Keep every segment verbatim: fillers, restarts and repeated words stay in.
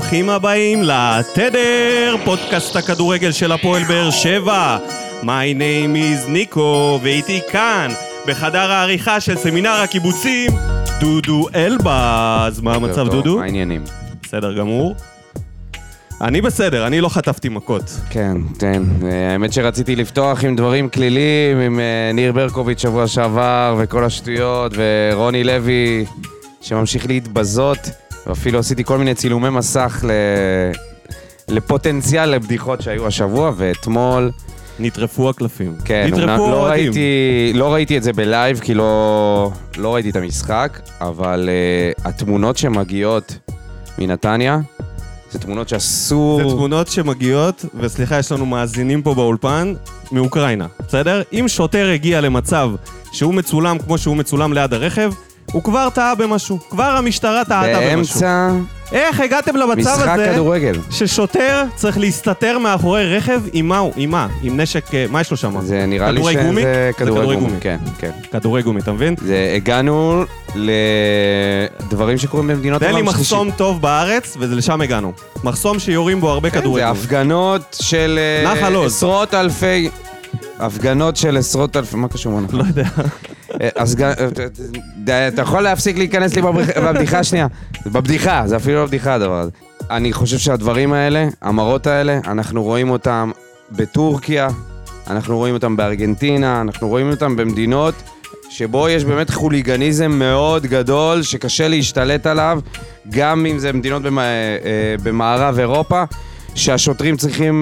ברוכים הבאים לתדר, פודקאסט הכדורגל של הפועל באר שבע. My name is ניקו, ואיתי כאן, בחדר העריכה של סמינר הקיבוצים, דודו אלבז. מה המצב, דודו? מה העניינים? בסדר גמור. אני בסדר, אני לא חטפתי מכות. כן, כן. האמת שרציתי לפתוח עם דברים כלילים, עם ניר ברקוביץ' שבוע שעבר, וכל השטויות, ורוני לוי שממשיך להתבזות, ואפילו עשיתי כל מיני צילומי מסך לפוטנציאל לבדיחות שהיו השבוע, ואתמול... נטרפו הקלפים. כן, נטרפו לא ראיתי, לא ראיתי את זה בלייב, כי לא, לא ראיתי את המשחק, אבל uh, התמונות שמגיעות מנתניה, זה תמונות שאסור... זה תמונות שמגיעות, וסליחה, יש לנו מאזינים פה באולפן, מאוקראינה, בסדר? אם שוטר הגיע למצב שהוא מצולם כמו שהוא מצולם ליד הרכב, הוא כבר טעה במשהו, כבר המשטרה טעתה במשהו. באמצע... איך הגעתם למצב הזה... משחק כדורגל. ששוטר צריך להסתתר מאחורי רכב עם מה הוא? עם מה? עם נשק... מה יש לו שם? זה נראה לי שזה כדורי גומי. כן, כן. כדורי גומי, אתה מבין? זה הגענו לדברים שקורים במדינות תן לי מחסום טוב בארץ, ולשם הגענו. מחסום שיורים בו הרבה כדורי גומי. זה הפגנות של עשרות אלפי... הפגנות של עשרות אלפי... מה קשור? לא יודע. אז אתה יכול להפסיק להיכנס לי בבדיחה השנייה. בבדיחה, זה אפילו לא בבדיחה הדבר הזה. אני חושב שהדברים האלה, המראות האלה, אנחנו רואים אותם בטורקיה, אנחנו רואים אותם בארגנטינה, אנחנו רואים אותם במדינות שבו יש באמת חוליגניזם מאוד גדול שקשה להשתלט עליו, גם אם זה מדינות במערב אירופה, שהשוטרים צריכים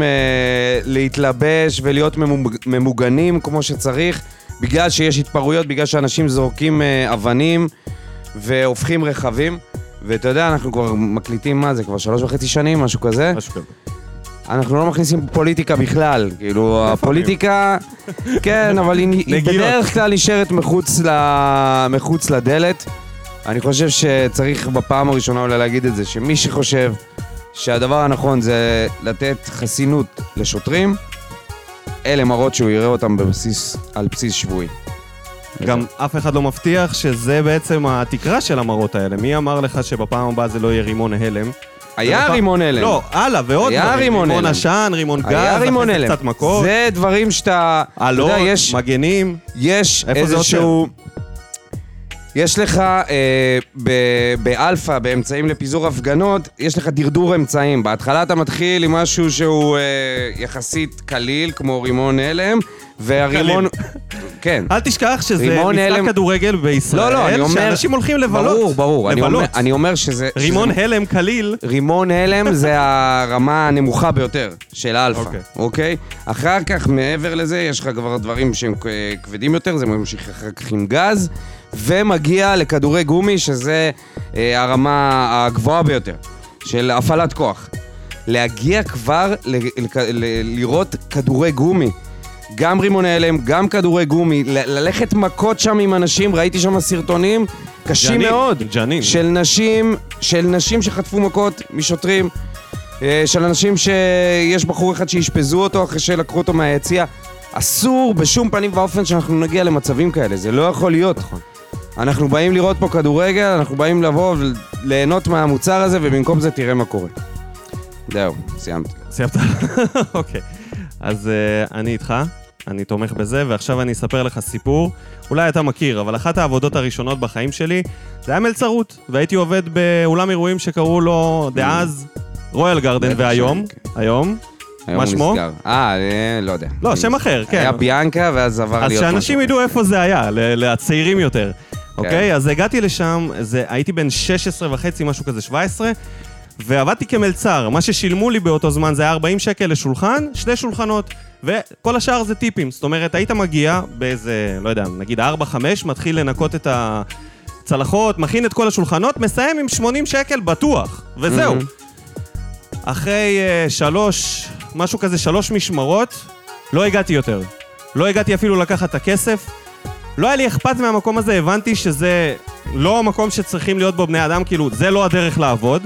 להתלבש ולהיות ממוגנים כמו שצריך, בגלל שיש התפרעויות, בגלל שאנשים זורקים אבנים והופכים רכבים. ואתה יודע, אנחנו כבר מקליטים מה זה, כבר שלוש וחצי שנים, משהו כזה. משהו כזה. אנחנו לא מכניסים פוליטיקה בכלל, כאילו הפוליטיקה, כן, אבל היא בדרך כלל נשארת מחוץ, ל... מחוץ לדלת. אני חושב שצריך בפעם הראשונה אולי להגיד את זה, שמי שחושב שהדבר הנכון זה לתת חסינות לשוטרים, אלה מראות שהוא יראה אותם בבסיס, על בסיס שבועי. גם אף אחד לא מבטיח שזה בעצם התקרה של המראות האלה. מי אמר לך שבפעם הבאה זה לא יהיה רימון הלם? היה רימון הלם. לא, הלאה, ועוד דברים. רימון עשן, רימון גז, היה רימון הלם. קצת מכות. זה דברים שאתה... עלות, מגנים. יש איזשהו... יש לך אה, ב- באלפא, באמצעים לפיזור הפגנות, יש לך דרדור אמצעים. בהתחלה אתה מתחיל עם משהו שהוא אה, יחסית קליל, כמו רימון הלם, והרימון... כן. אל תשכח שזה משחק כדורגל בישראל, לא, לא, אני אומר... שאנשים הולכים לבלות. ברור, ברור. אני אומר, אני אומר שזה... רימון שזה... הלם קליל. רימון הלם זה הרמה הנמוכה ביותר של אלפא, אוקיי. אוקיי? אחר כך, מעבר לזה, יש לך כבר דברים שהם כבדים יותר, זה ממשיך אחר כך עם גז, ומגיע לכדורי גומי, שזה אה, הרמה הגבוהה ביותר, של הפעלת כוח. להגיע כבר ל- ל- ל- לראות כדורי גומי, גם רימוני הלם, גם כדורי גומי, ל- ללכת מכות שם עם אנשים, ראיתי שם סרטונים קשים ג'נים, מאוד, ג'נים. של נשים, של נשים שחטפו מכות משוטרים, אה, של אנשים שיש בחור אחד שהשפזו אותו אחרי שלקחו אותו מהיציאה. אסור בשום פנים ואופן שאנחנו נגיע למצבים כאלה, זה לא יכול להיות. נכון. אנחנו באים לראות פה כדורגל, אנחנו באים לבוא וליהנות מהמוצר הזה, ובמקום זה תראה מה קורה. זהו, סיימתי. סיימת? אוקיי. אז uh, אני איתך, אני תומך בזה, ועכשיו אני אספר לך סיפור. אולי אתה מכיר, אבל אחת העבודות הראשונות בחיים שלי, זה היה מלצרות, והייתי עובד באולם אירועים שקראו לו דאז רויאל גרדן, והיום, היום, מה שמו? אה, לא יודע. לא, שם אחר, כן. היה ביאנקה, ואז עבר להיות משהו. אז שאנשים ידעו איפה זה היה, לצעירים יותר. אוקיי? אז הגעתי לשם, הייתי בן שש עשרה וחצי, משהו כזה, שבע עשרה, ועבדתי כמלצר. מה ששילמו לי באותו זמן זה היה ארבעים שקל לשולחן, שני שולחנות, וכל השאר זה טיפים. זאת אומרת, היית מגיע באיזה, לא יודע, נגיד ארבע חמש, מתחיל לנקות את הצלחות, מכין את כל השולחנות, מסיים עם שמונים שקל בטוח, וזהו. אחרי uh, שלוש, משהו כזה, שלוש משמרות, לא הגעתי יותר. לא הגעתי אפילו לקחת את הכסף. לא היה לי אכפת מהמקום הזה, הבנתי שזה לא המקום שצריכים להיות בו בני אדם, כאילו, זה לא הדרך לעבוד.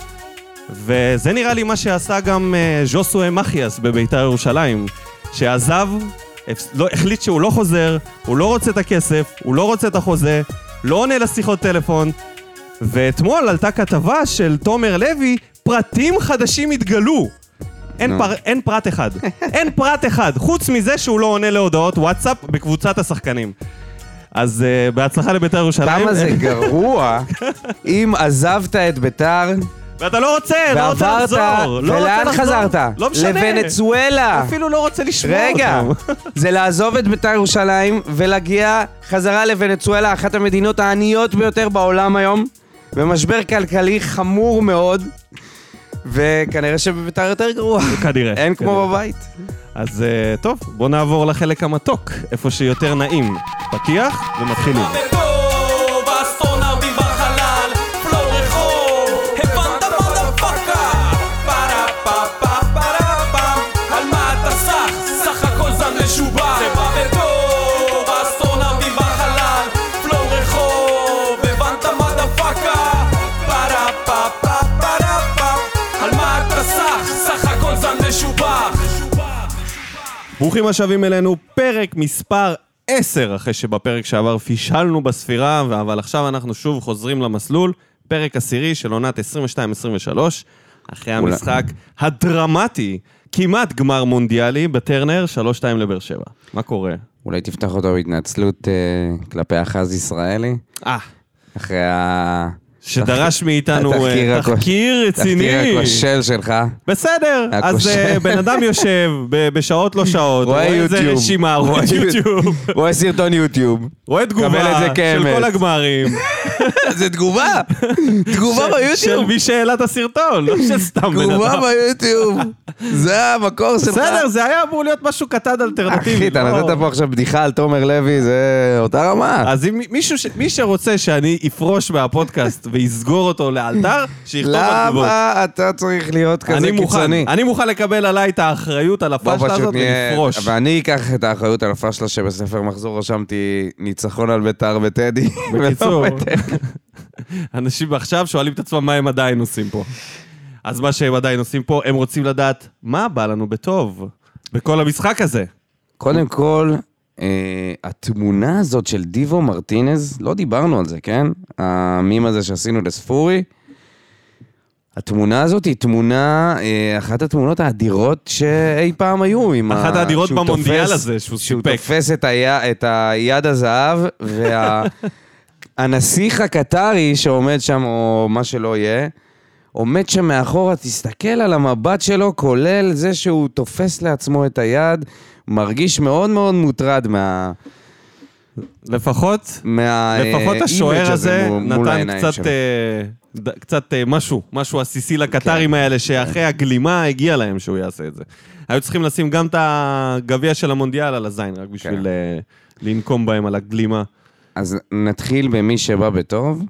וזה נראה לי מה שעשה גם uh, ז'וסואה מחיאס בבית"ר ירושלים, שעזב, לא, החליט שהוא לא חוזר, הוא לא רוצה את הכסף, הוא לא רוצה את החוזה, לא עונה לשיחות טלפון, ואתמול עלתה כתבה של תומר לוי, פרטים חדשים התגלו. אין, פר, אין פרט אחד. אין פרט אחד, חוץ מזה שהוא לא עונה להודעות וואטסאפ בקבוצת השחקנים. אז uh, בהצלחה לביתר ירושלים. כמה זה גרוע אם עזבת את ביתר... ואתה לא רוצה, לא רוצה לחזור. ולאן חזרת? לא משנה. לוונצואלה. אפילו לא רוצה לשמוע אותם. רגע, זה לעזוב את ביתר ירושלים ולהגיע חזרה לוונצואלה, אחת המדינות העניות ביותר בעולם היום, במשבר כלכלי חמור מאוד, וכנראה שבביתר יותר גרוע. כנראה. אין כמו בבית. אז טוב, בוא נעבור לחלק המתוק, איפה שיותר נעים. פתיח ומתחילים. ברוכים השבים אלינו, פרק מספר עשר, אחרי שבפרק שעבר פישלנו בספירה, אבל עכשיו אנחנו שוב חוזרים למסלול, פרק עשירי של עונת עשרים ושתיים עשרים ושלוש, אחרי המשחק הדרמטי, כמעט גמר מונדיאלי, בטרנר, שלוש שתיים לבאר שבע. מה קורה? אולי תפתח אותו בהתנצלות uh, כלפי אחז ישראלי. אה. אחרי ה... שדרש מאיתנו תחקיר רציני. תחקיר הכושל שלך. בסדר, אז בן אדם יושב בשעות לא שעות, רואה איזה רשימה, רואה יוטיוב. רואה סרטון יוטיוב. רואה תגובה של כל הגמרים. זה תגובה. תגובה ביוטיוב. של מי שאלה את הסרטון, לא של סתם בן אדם. תגובה ביוטיוב. זה המקור שלך. בסדר, זה היה אמור להיות משהו קטן אלטרנטיבי. אחי, אתה נתת פה עכשיו בדיחה על תומר לוי, זה אותה רמה. אז מי שרוצה שאני אפרוש מהפודקאסט ויסגור אותו לאלתר, שיכתוב בתגובות. למה אתה צריך להיות כזה קיצוני? אני מוכן לקבל עליי את האחריות על הפשלה הזאת ולפרוש. ואני אקח את האחריות על הפשלה שבספר מחזור רשמתי ניצחון על ביתר וטדי. בקיצור, אנשים עכשיו שואלים את עצמם מה הם עדיין עושים פה. אז מה שהם עדיין עושים פה, הם רוצים לדעת מה בא לנו בטוב בכל המשחק הזה. קודם כל, התמונה הזאת של דיבו מרטינז, לא דיברנו על זה, כן? המים הזה שעשינו לספורי, התמונה הזאת היא תמונה, אחת התמונות האדירות שאי פעם היו. אחת האדירות במונדיאל הזה, שהוא סיפק. שהוא תופס את היד הזהב, והנסיך הקטרי שעומד שם, או מה שלא יהיה, עומד שם מאחורה, תסתכל על המבט שלו, כולל זה שהוא תופס לעצמו את היד, מרגיש מאוד מאוד מוטרד מה... לפחות, מה... לפחות השוער הזה נתן קצת, קצת משהו, משהו עסיסי לקטרים האלה, שאחרי הגלימה הגיע להם שהוא יעשה את זה. היו צריכים לשים גם את הגביע של המונדיאל על הזין, רק בשביל לנקום בהם על הגלימה. אז נתחיל במי שבא בטוב.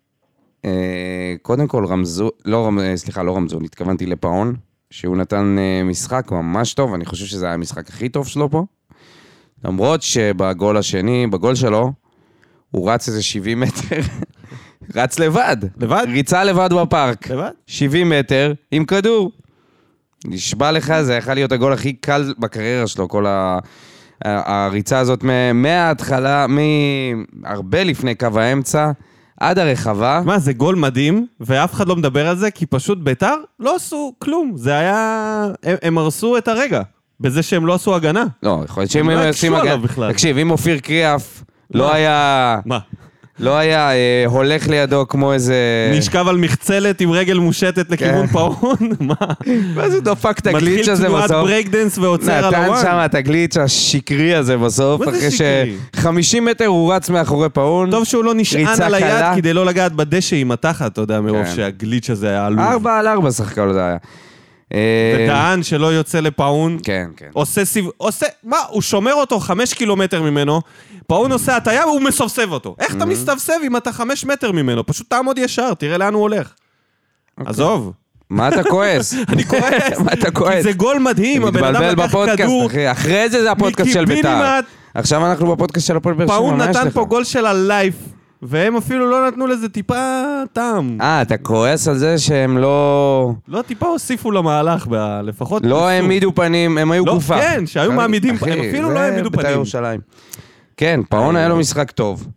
קודם כל רמזו, לא, סליחה, לא רמזו, התכוונתי לפאון, שהוא נתן משחק ממש טוב, אני חושב שזה היה המשחק הכי טוב שלו פה, למרות שבגול השני, בגול שלו, הוא רץ איזה שבעים מטר, רץ לבד, לבד? ריצה לבד בפארק, לבד? שבעים מטר עם כדור, נשבע לך, זה יכול להיות הגול הכי קל בקריירה שלו, כל ה... הריצה הזאת מההתחלה, מהרבה לפני קו האמצע, עד הרחבה. מה, זה גול מדהים, ואף אחד לא מדבר על זה, כי פשוט ביתר לא עשו כלום. זה היה... הם, הם הרסו את הרגע, בזה שהם לא עשו הגנה. לא, יכול להיות שהם עושים הגנה. תקשיב, אם אופיר קריאף לא היה... מה? לא היה אה, הולך לידו כמו איזה... נשכב על מחצלת עם רגל מושטת לכיוון פאון? מה? מה זה דופק את הגליץ' הזה בסוף? מתחיל תנועת ברייקדנס ועוצר על הוואן. נתן שם את הגליץ' השקרי הזה בסוף. מה זה שקרי? ש-חמישים מטר הוא רץ מאחורי פאון. טוב שהוא לא נשען על היד כדי לא לגעת בדשא עם התחת, אתה יודע, מרוב שהגליץ' הזה היה עלוב. ארבע על ארבע שחקה לו זה היה. ודען שלא יוצא לפאון. כן, כן. עושה סיב... עושה... מה? הוא שומר אותו חמש קילומטר ממנו, פאון עושה הטיה והוא מסובסב אותו. איך אתה מסתבסב אם אתה חמש מטר ממנו? פשוט תעמוד ישר, תראה לאן הוא הולך. עזוב. מה אתה כועס? אני כועס. מה אתה כועס? זה גול מדהים, הבן אדם לקח כדור. אחרי זה זה הפודקאסט של ביתר. עכשיו אנחנו בפודקאסט של הפועל באר שבע. פאון נתן פה גול של הלייף. והם אפילו לא נתנו לזה טיפה טעם. אה, אתה כועס על זה שהם לא... לא, טיפה הוסיפו למהלך, לפחות... לא העמידו פנים, הם היו גופה. כן, שהיו מעמידים, הם אפילו לא העמידו פנים. כן, פאון היה לו משחק טוב.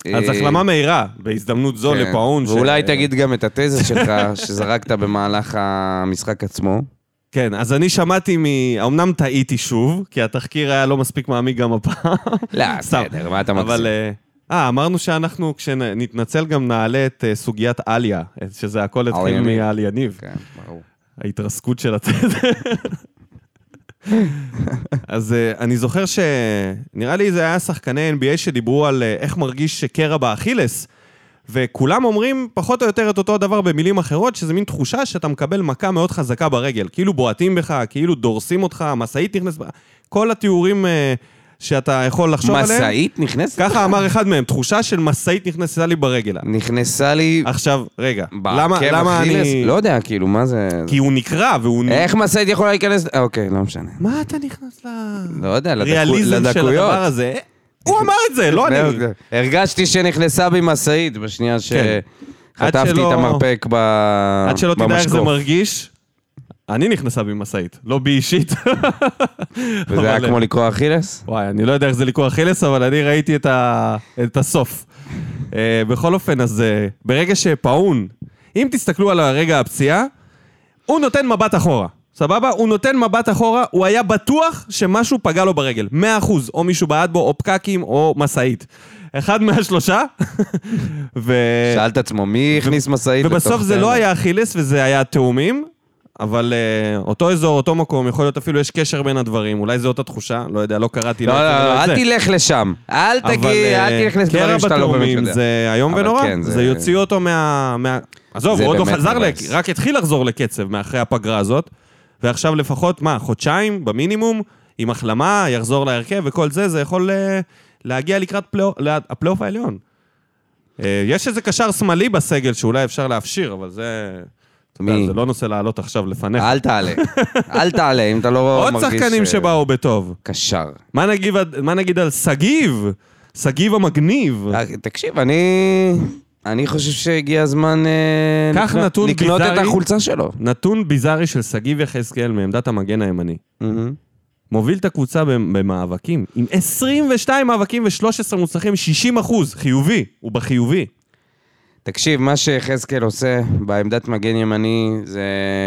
אז החלמה מהירה, בהזדמנות זו לפאון. ואולי תגיד גם את התזה שלך, שזרקת במהלך המשחק עצמו. כן, אז אני שמעתי מ... אמנם טעיתי שוב, כי התחקיר היה לא מספיק מעמיק גם הפעם. לא, בסדר, מה אתה מקסים? אה, אמרנו שאנחנו, כשנתנצל גם נעלה את סוגיית אליה, שזה הכל התחיל מאל יניב. כן, ברור. ההתרסקות של התזה. אז אני זוכר ש... נראה לי זה היה שחקני אן בי איי שדיברו על איך מרגיש שקרע באכילס, וכולם אומרים פחות או יותר את אותו דבר במילים אחרות, שזה מין תחושה שאתה מקבל מכה מאוד חזקה ברגל, כאילו בועטים בך, כאילו דורסים אותך, מסעית נכנס בך, כל התיאורים שאתה יכול לחשוב עליהם. מסעית נכנסת? ככה אמר אחד מהם, תחושה של מסעית נכנסה לי ברגל. נכנסה לי... עכשיו, רגע, למה, למה אני... לא יודע, כאילו, מה זה... כי הוא נקרא והוא... איך מסעית יכולה להיכנס... אוקיי, לא משנה. מה אתה נכנס ל... לא יודע, ריאליזם של הדבר הזה? הוא אמר את זה, לא אני. הרגשתי שנכנסה בי מסעית בשנייה שחטפתי את המרפק במשקוף. עד שלא תדע איך זה מרגיש, אני נכנסה בי מסעית, לא בי אישית. וזה היה כמו לקרוא אכילס? וואי, אני לא יודע איך זה לקרוא אכילס, אבל אני ראיתי את הסוף. בכל אופן, אז ברגע שפאון, אם תסתכלו על הרגע הפציעה, הוא נותן מבט אחורה. סבבה? הוא נותן מבט אחורה, הוא היה בטוח שמשהו פגע לו ברגל. מאה אחוז, או מישהו בעד בו, או פקקים, או מסעית. אחד מהשלושה. ו... שאלת עצמו, מי הכניס מסעית? ובסוף זה לא היה אכילס, וזה היה תאומים, אבל uh, אותו אזור, אותו מקום, יכול להיות אפילו יש קשר בין הדברים, אולי זו אותה תחושה, לא יודע, לא קראתי. לא, לא, לא, אל תלך לשם. אל תגיד, אל תלך לדברים שאתה לא באמת יודע. זה היום ונורא, זה יוציא אותו מה... עזוב, הוא עוד לא חזר, רק התחיל לחזור לקצב מאחרי הפגרה הזאת, ועכשיו לפחות, מה, חודשיים במינימום, עם החלמה, יחזור להרכב וכל זה, זה יכול להגיע לקראת הפלייאוף העליון. יש איזה קשר שמאלי בסגל שאולי אפשר להפשיר, אבל זה... זה לא נושא לעלות עכשיו לפניך. אל תעלה, אל תעלה, אם אתה לא מרגיש... עוד שחקנים שבאו בטוב. קשר. מה נגיד על סגיב? סגיב המגניב. תקשיב, אני... אני חושב שהגיע הזמן לקנות את החולצה שלו. נתון ביזארי של סגיב יחזקאל מעמדת המגן הימני. מוביל את הקבוצה במאבקים, עם עשרים ושתיים מאבקים ו-שלושה עשר מוצלחים, שישים אחוז, חיובי, הוא בחיובי. תקשיב, מה שיחזקאל עושה בעמדת מגן ימני, זה...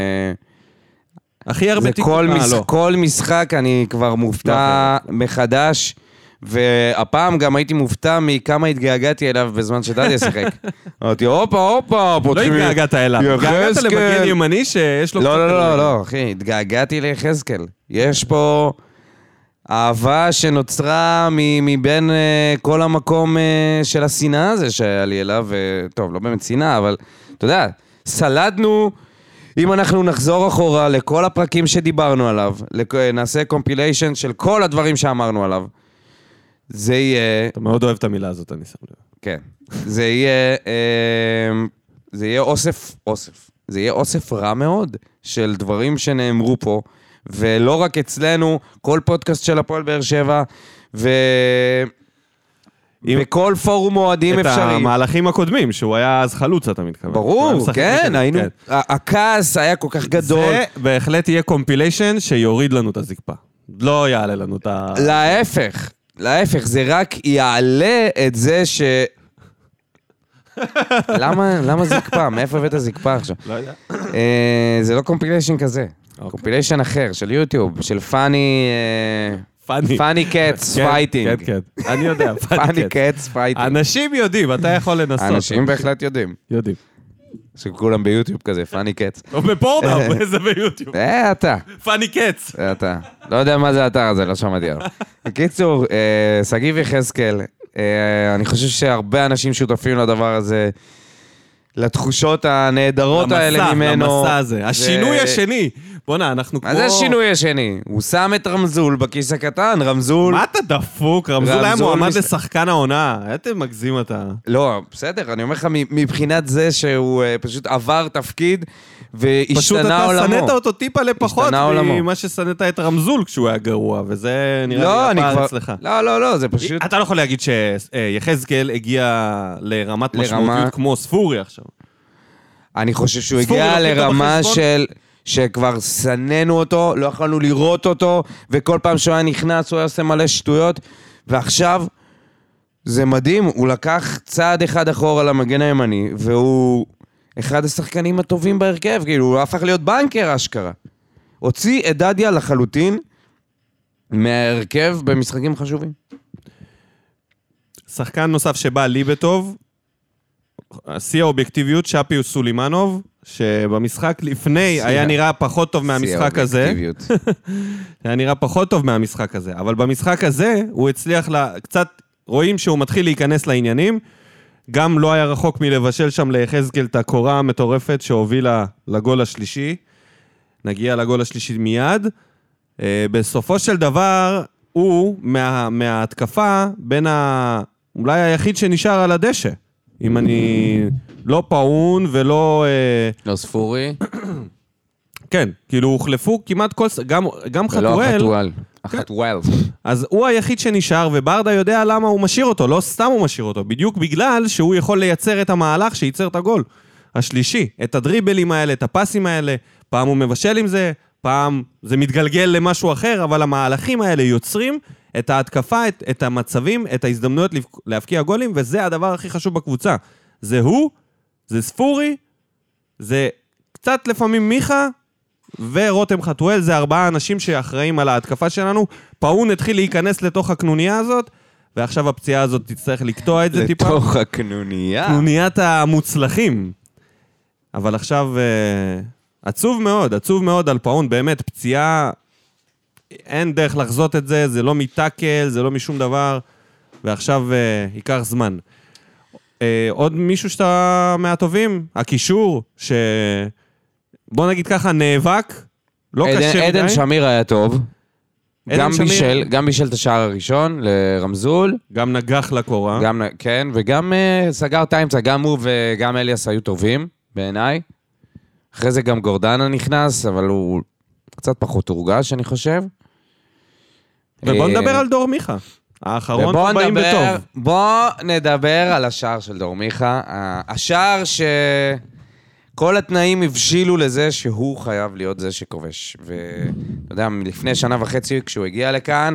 הכי הרבה תיקות, מה, לא. כל משחק אני כבר מופתע מחדש, והפעם גם הייתי מופתע מכמה התגעגעתי אליו בזמן שדדיה ישחק. אמרתי, הופה, הופה, פותחים... לא התגעגעת אליו, התגעגעת למגן ימני שיש לו... לא, לא, לא, לא, אחי, התגעגעתי ליחזקאל. יש פה אהבה שנוצרה מבין כל המקום של השנאה הזה שהיה לי אליו, טוב, לא באמת שנאה, אבל אתה יודע, סלדנו, אם אנחנו נחזור אחורה לכל הפרקים שדיברנו עליו, נעשה קומפיליישן של כל הדברים שאמרנו עליו, זה יהיה... אתה מאוד אוהב את המילה הזאת, אני שם לב. כן. זה יהיה... זה יהיה אוסף, אוסף. זה יהיה אוסף רע מאוד של דברים שנאמרו פה, ולא רק אצלנו, כל פודקאסט של הפועל באר שבע, ו... בכל פורום אוהדים אפשרי. את המהלכים הקודמים, שהוא היה אז חלוץ, אתה מתכוון. ברור, כן, היינו... הכעס היה כל כך גדול. זה בהחלט יהיה קומפיליישן שיוריד לנו את הזקפה. לא יעלה לנו את ה... להפך. להפך, זה רק יעלה את זה ש... למה, למה זקפה? מאיפה הבאת זקפה עכשיו? לא יודע. זה לא קומפיליישן כזה. קומפיליישן אחר, של יוטיוב, של פאני... פאני קאטס פייטינג. כן, כן, אני יודע, פאני קאטס פייטינג. אנשים יודעים, אתה יכול לנסות. אנשים בהחלט יודעים. יודעים. שכולם ביוטיוב כזה, פאני קאטס. או בפורנאב, איזה ביוטיוב. אה, אתה. פאני קאטס. אתה. לא יודע מה זה האתר הזה, לא שמעתי עליו. בקיצור, סגיב יחזקאל, אני חושב שהרבה אנשים שותפים לדבר הזה, לתחושות הנהדרות האלה ממנו. למסע הזה. השינוי השני. בוא'נה, אנחנו כמו... מה זה השינוי השני? הוא שם את רמזול בכיס הקטן, רמזול... מה אתה דפוק? רמזול היה מועמד לשחקן העונה. אתם מגזים אתה. לא, בסדר, אני אומר לך מבחינת זה שהוא פשוט עבר תפקיד והשתנה עולמו. פשוט אתה שנאת אותו טיפה לפחות ממה ששנאת את רמזול כשהוא היה גרוע, וזה נראה לי הפער אצלך. לא, לא, לא, זה פשוט... אתה לא יכול להגיד שיחזקאל הגיע לרמת משמעותיות כמו ספורי עכשיו. אני חושב שהוא הגיע לרמה של... שכבר סננו אותו, לא יכולנו לראות אותו, וכל פעם שהוא היה נכנס, הוא היה עושה מלא שטויות, ועכשיו זה מדהים, הוא לקח צעד אחד אחורה למגן הימני, והוא אחד השחקנים הטובים בהרכב, כאילו, הוא הפך להיות בנקר אשכרה. הוציא את דדיה לחלוטין מההרכב במשחקים חשובים. שחקן נוסף שבא לי בטוב, שיא האובייקטיביות, שפי סולימנוב, שבמשחק לפני היה נראה פחות טוב מהמשחק הזה. היה נראה פחות טוב מהמשחק הזה, אבל במשחק הזה הוא הצליח קצת, רואים שהוא מתחיל להיכנס לעניינים, גם לא היה רחוק מלבשל שם ליחזקאל את הקורה המטורפת שהובילה לגול השלישי, נגיע לגול השלישי מיד. בסופו של דבר, הוא מה, מההתקפה בין ה... אולי היחיד שנשאר על הדשא. אם אני לא פאון ולא... לא ספורי. כן, כאילו הוחלפו כמעט כל... גם, גם חתואל... ולא חתואל. החתואל. אז הוא היחיד שנשאר, וברדה יודע למה הוא משאיר אותו, לא סתם הוא משאיר אותו, בדיוק בגלל שהוא יכול לייצר את המהלך שייצר את הגול השלישי, את הדריבלים האלה, את הפסים האלה, פעם הוא מבשל עם זה, פעם זה מתגלגל למשהו אחר, אבל המהלכים האלה יוצרים את ההתקפה, את, את המצבים, את ההזדמנויות להפקיע גולים, וזה הדבר הכי חשוב בקבוצה. זה הוא, זה ספורי, זה קצת לפעמים מיכה, ורותם חתואל, זה ארבעה אנשים שאחראים על ההתקפה שלנו. פאון התחיל להיכנס לתוך הקנוניה הזאת, ועכשיו הפציעה הזאת תצטרך לקטוע את זה טיפה. לתוך הקנוניה? קנוניית המוצלחים. אבל עכשיו... עצוב מאוד, עצוב מאוד על פאון, באמת, פציעה, אין דרך לחזות את זה, זה לא מטאקל, זה לא משום דבר, ועכשיו אה, ייקח זמן. אה, עוד מישהו שאתה מהטובים, הקישור, ש... בוא נגיד ככה, נאבק, לא עדן, קשה עדן מדי. שמיר היה טוב, גם שמיר... בישל, גם בישל את השער הראשון לרמזול. גם נגח לקורה. גם, כן, וגם אה, סגר את האמצע, גם הוא וגם אליאס היו טובים, בעיניי. אחרי זה גם גורדנה נכנס, אבל הוא קצת פחות הורגש, אני חושב. ובוא נדבר על דור מיכה. האחרון באים בטוב. בוא נדבר על השער של דור מיכה. השער שכל התנאים הבשילו לזה שהוא חייב להיות זה שכובש. ואתה יודע, לפני שנה וחצי כשהוא הגיע לכאן,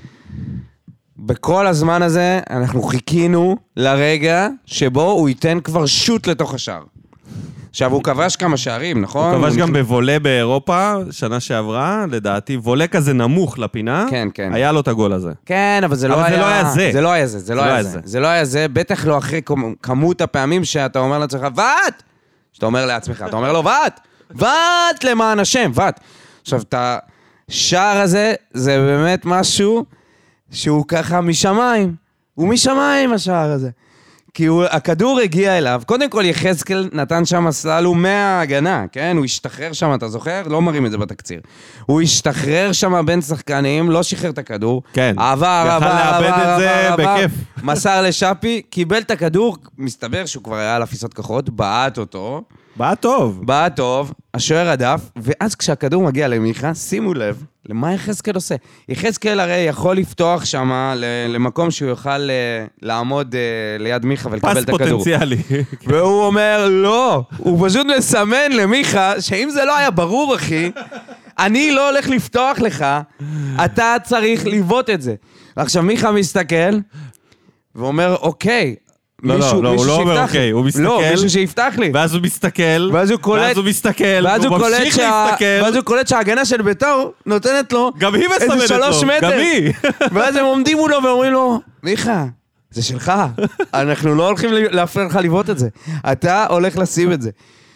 בכל הזמן הזה אנחנו חיכינו לרגע שבו הוא ייתן כבר שוט לתוך השער. עכשיו, הוא כבש כמה שערים, נכון? הוא כבש גם בוולה באירופה, שנה שעברה, לדעתי, וולה כזה נמוך לפינה, כן, כן. היה לו את הגול הזה. כן, אבל זה לא היה... אבל זה לא היה זה. זה לא היה זה, זה לא היה זה. זה לא היה זה, בטח לא אחרי כמות הפעמים שאתה אומר לעצמך, ואת! שאתה אומר לעצמך, אתה אומר לו, ואת! ואת למען השם, ואת! עכשיו, את השער הזה, זה באמת משהו שהוא ככה משמיים. הוא משמיים, השער הזה. כי הוא, הכדור הגיע אליו, קודם כל יחזקאל נתן שם סללו מההגנה, כן? הוא השתחרר שם, אתה זוכר? לא מראים את זה בתקציר. הוא השתחרר שם בין שחקנים, לא שחרר את הכדור. כן. עבר, עבר, עבר, עבר, עבר, בכיף. מסר לשפי, קיבל את הכדור, מסתבר שהוא כבר היה על אפיסות כוחות, בעט אותו. בעט טוב. בעט טוב, השוער הדף, ואז כשהכדור מגיע למיכה, שימו לב, למה יחזקאל עושה? יחזקאל הרי יכול לפתוח שם למקום שהוא יוכל לעמוד ליד מיכה ולקבל את הכדור. פס פוטנציאלי. והוא אומר, לא, הוא פשוט מסמן למיכה, שאם זה לא היה ברור, אחי, אני לא הולך לפתוח לך, אתה צריך לבוט את זה. ועכשיו מיכה מסתכל, ואומר, אוקיי, לא, לא, לא, הוא לא אומר אוקיי, הוא מסתכל. לא, מישהו שיפתח לי. ואז הוא מסתכל. ואז הוא קולט. ואז הוא מסתכל. ואז הוא קולט להסתכל. ואז הוא קולט שההגנה של בית"ר נותנת לו גם היא מסמנת לו. איזה שלוש מטר. גם היא. ואז הם עומדים מולו ואומרים לו, מיכה, זה שלך. אנחנו לא הולכים להפריע לך לבעוט את זה. אתה הולך לשים את זה.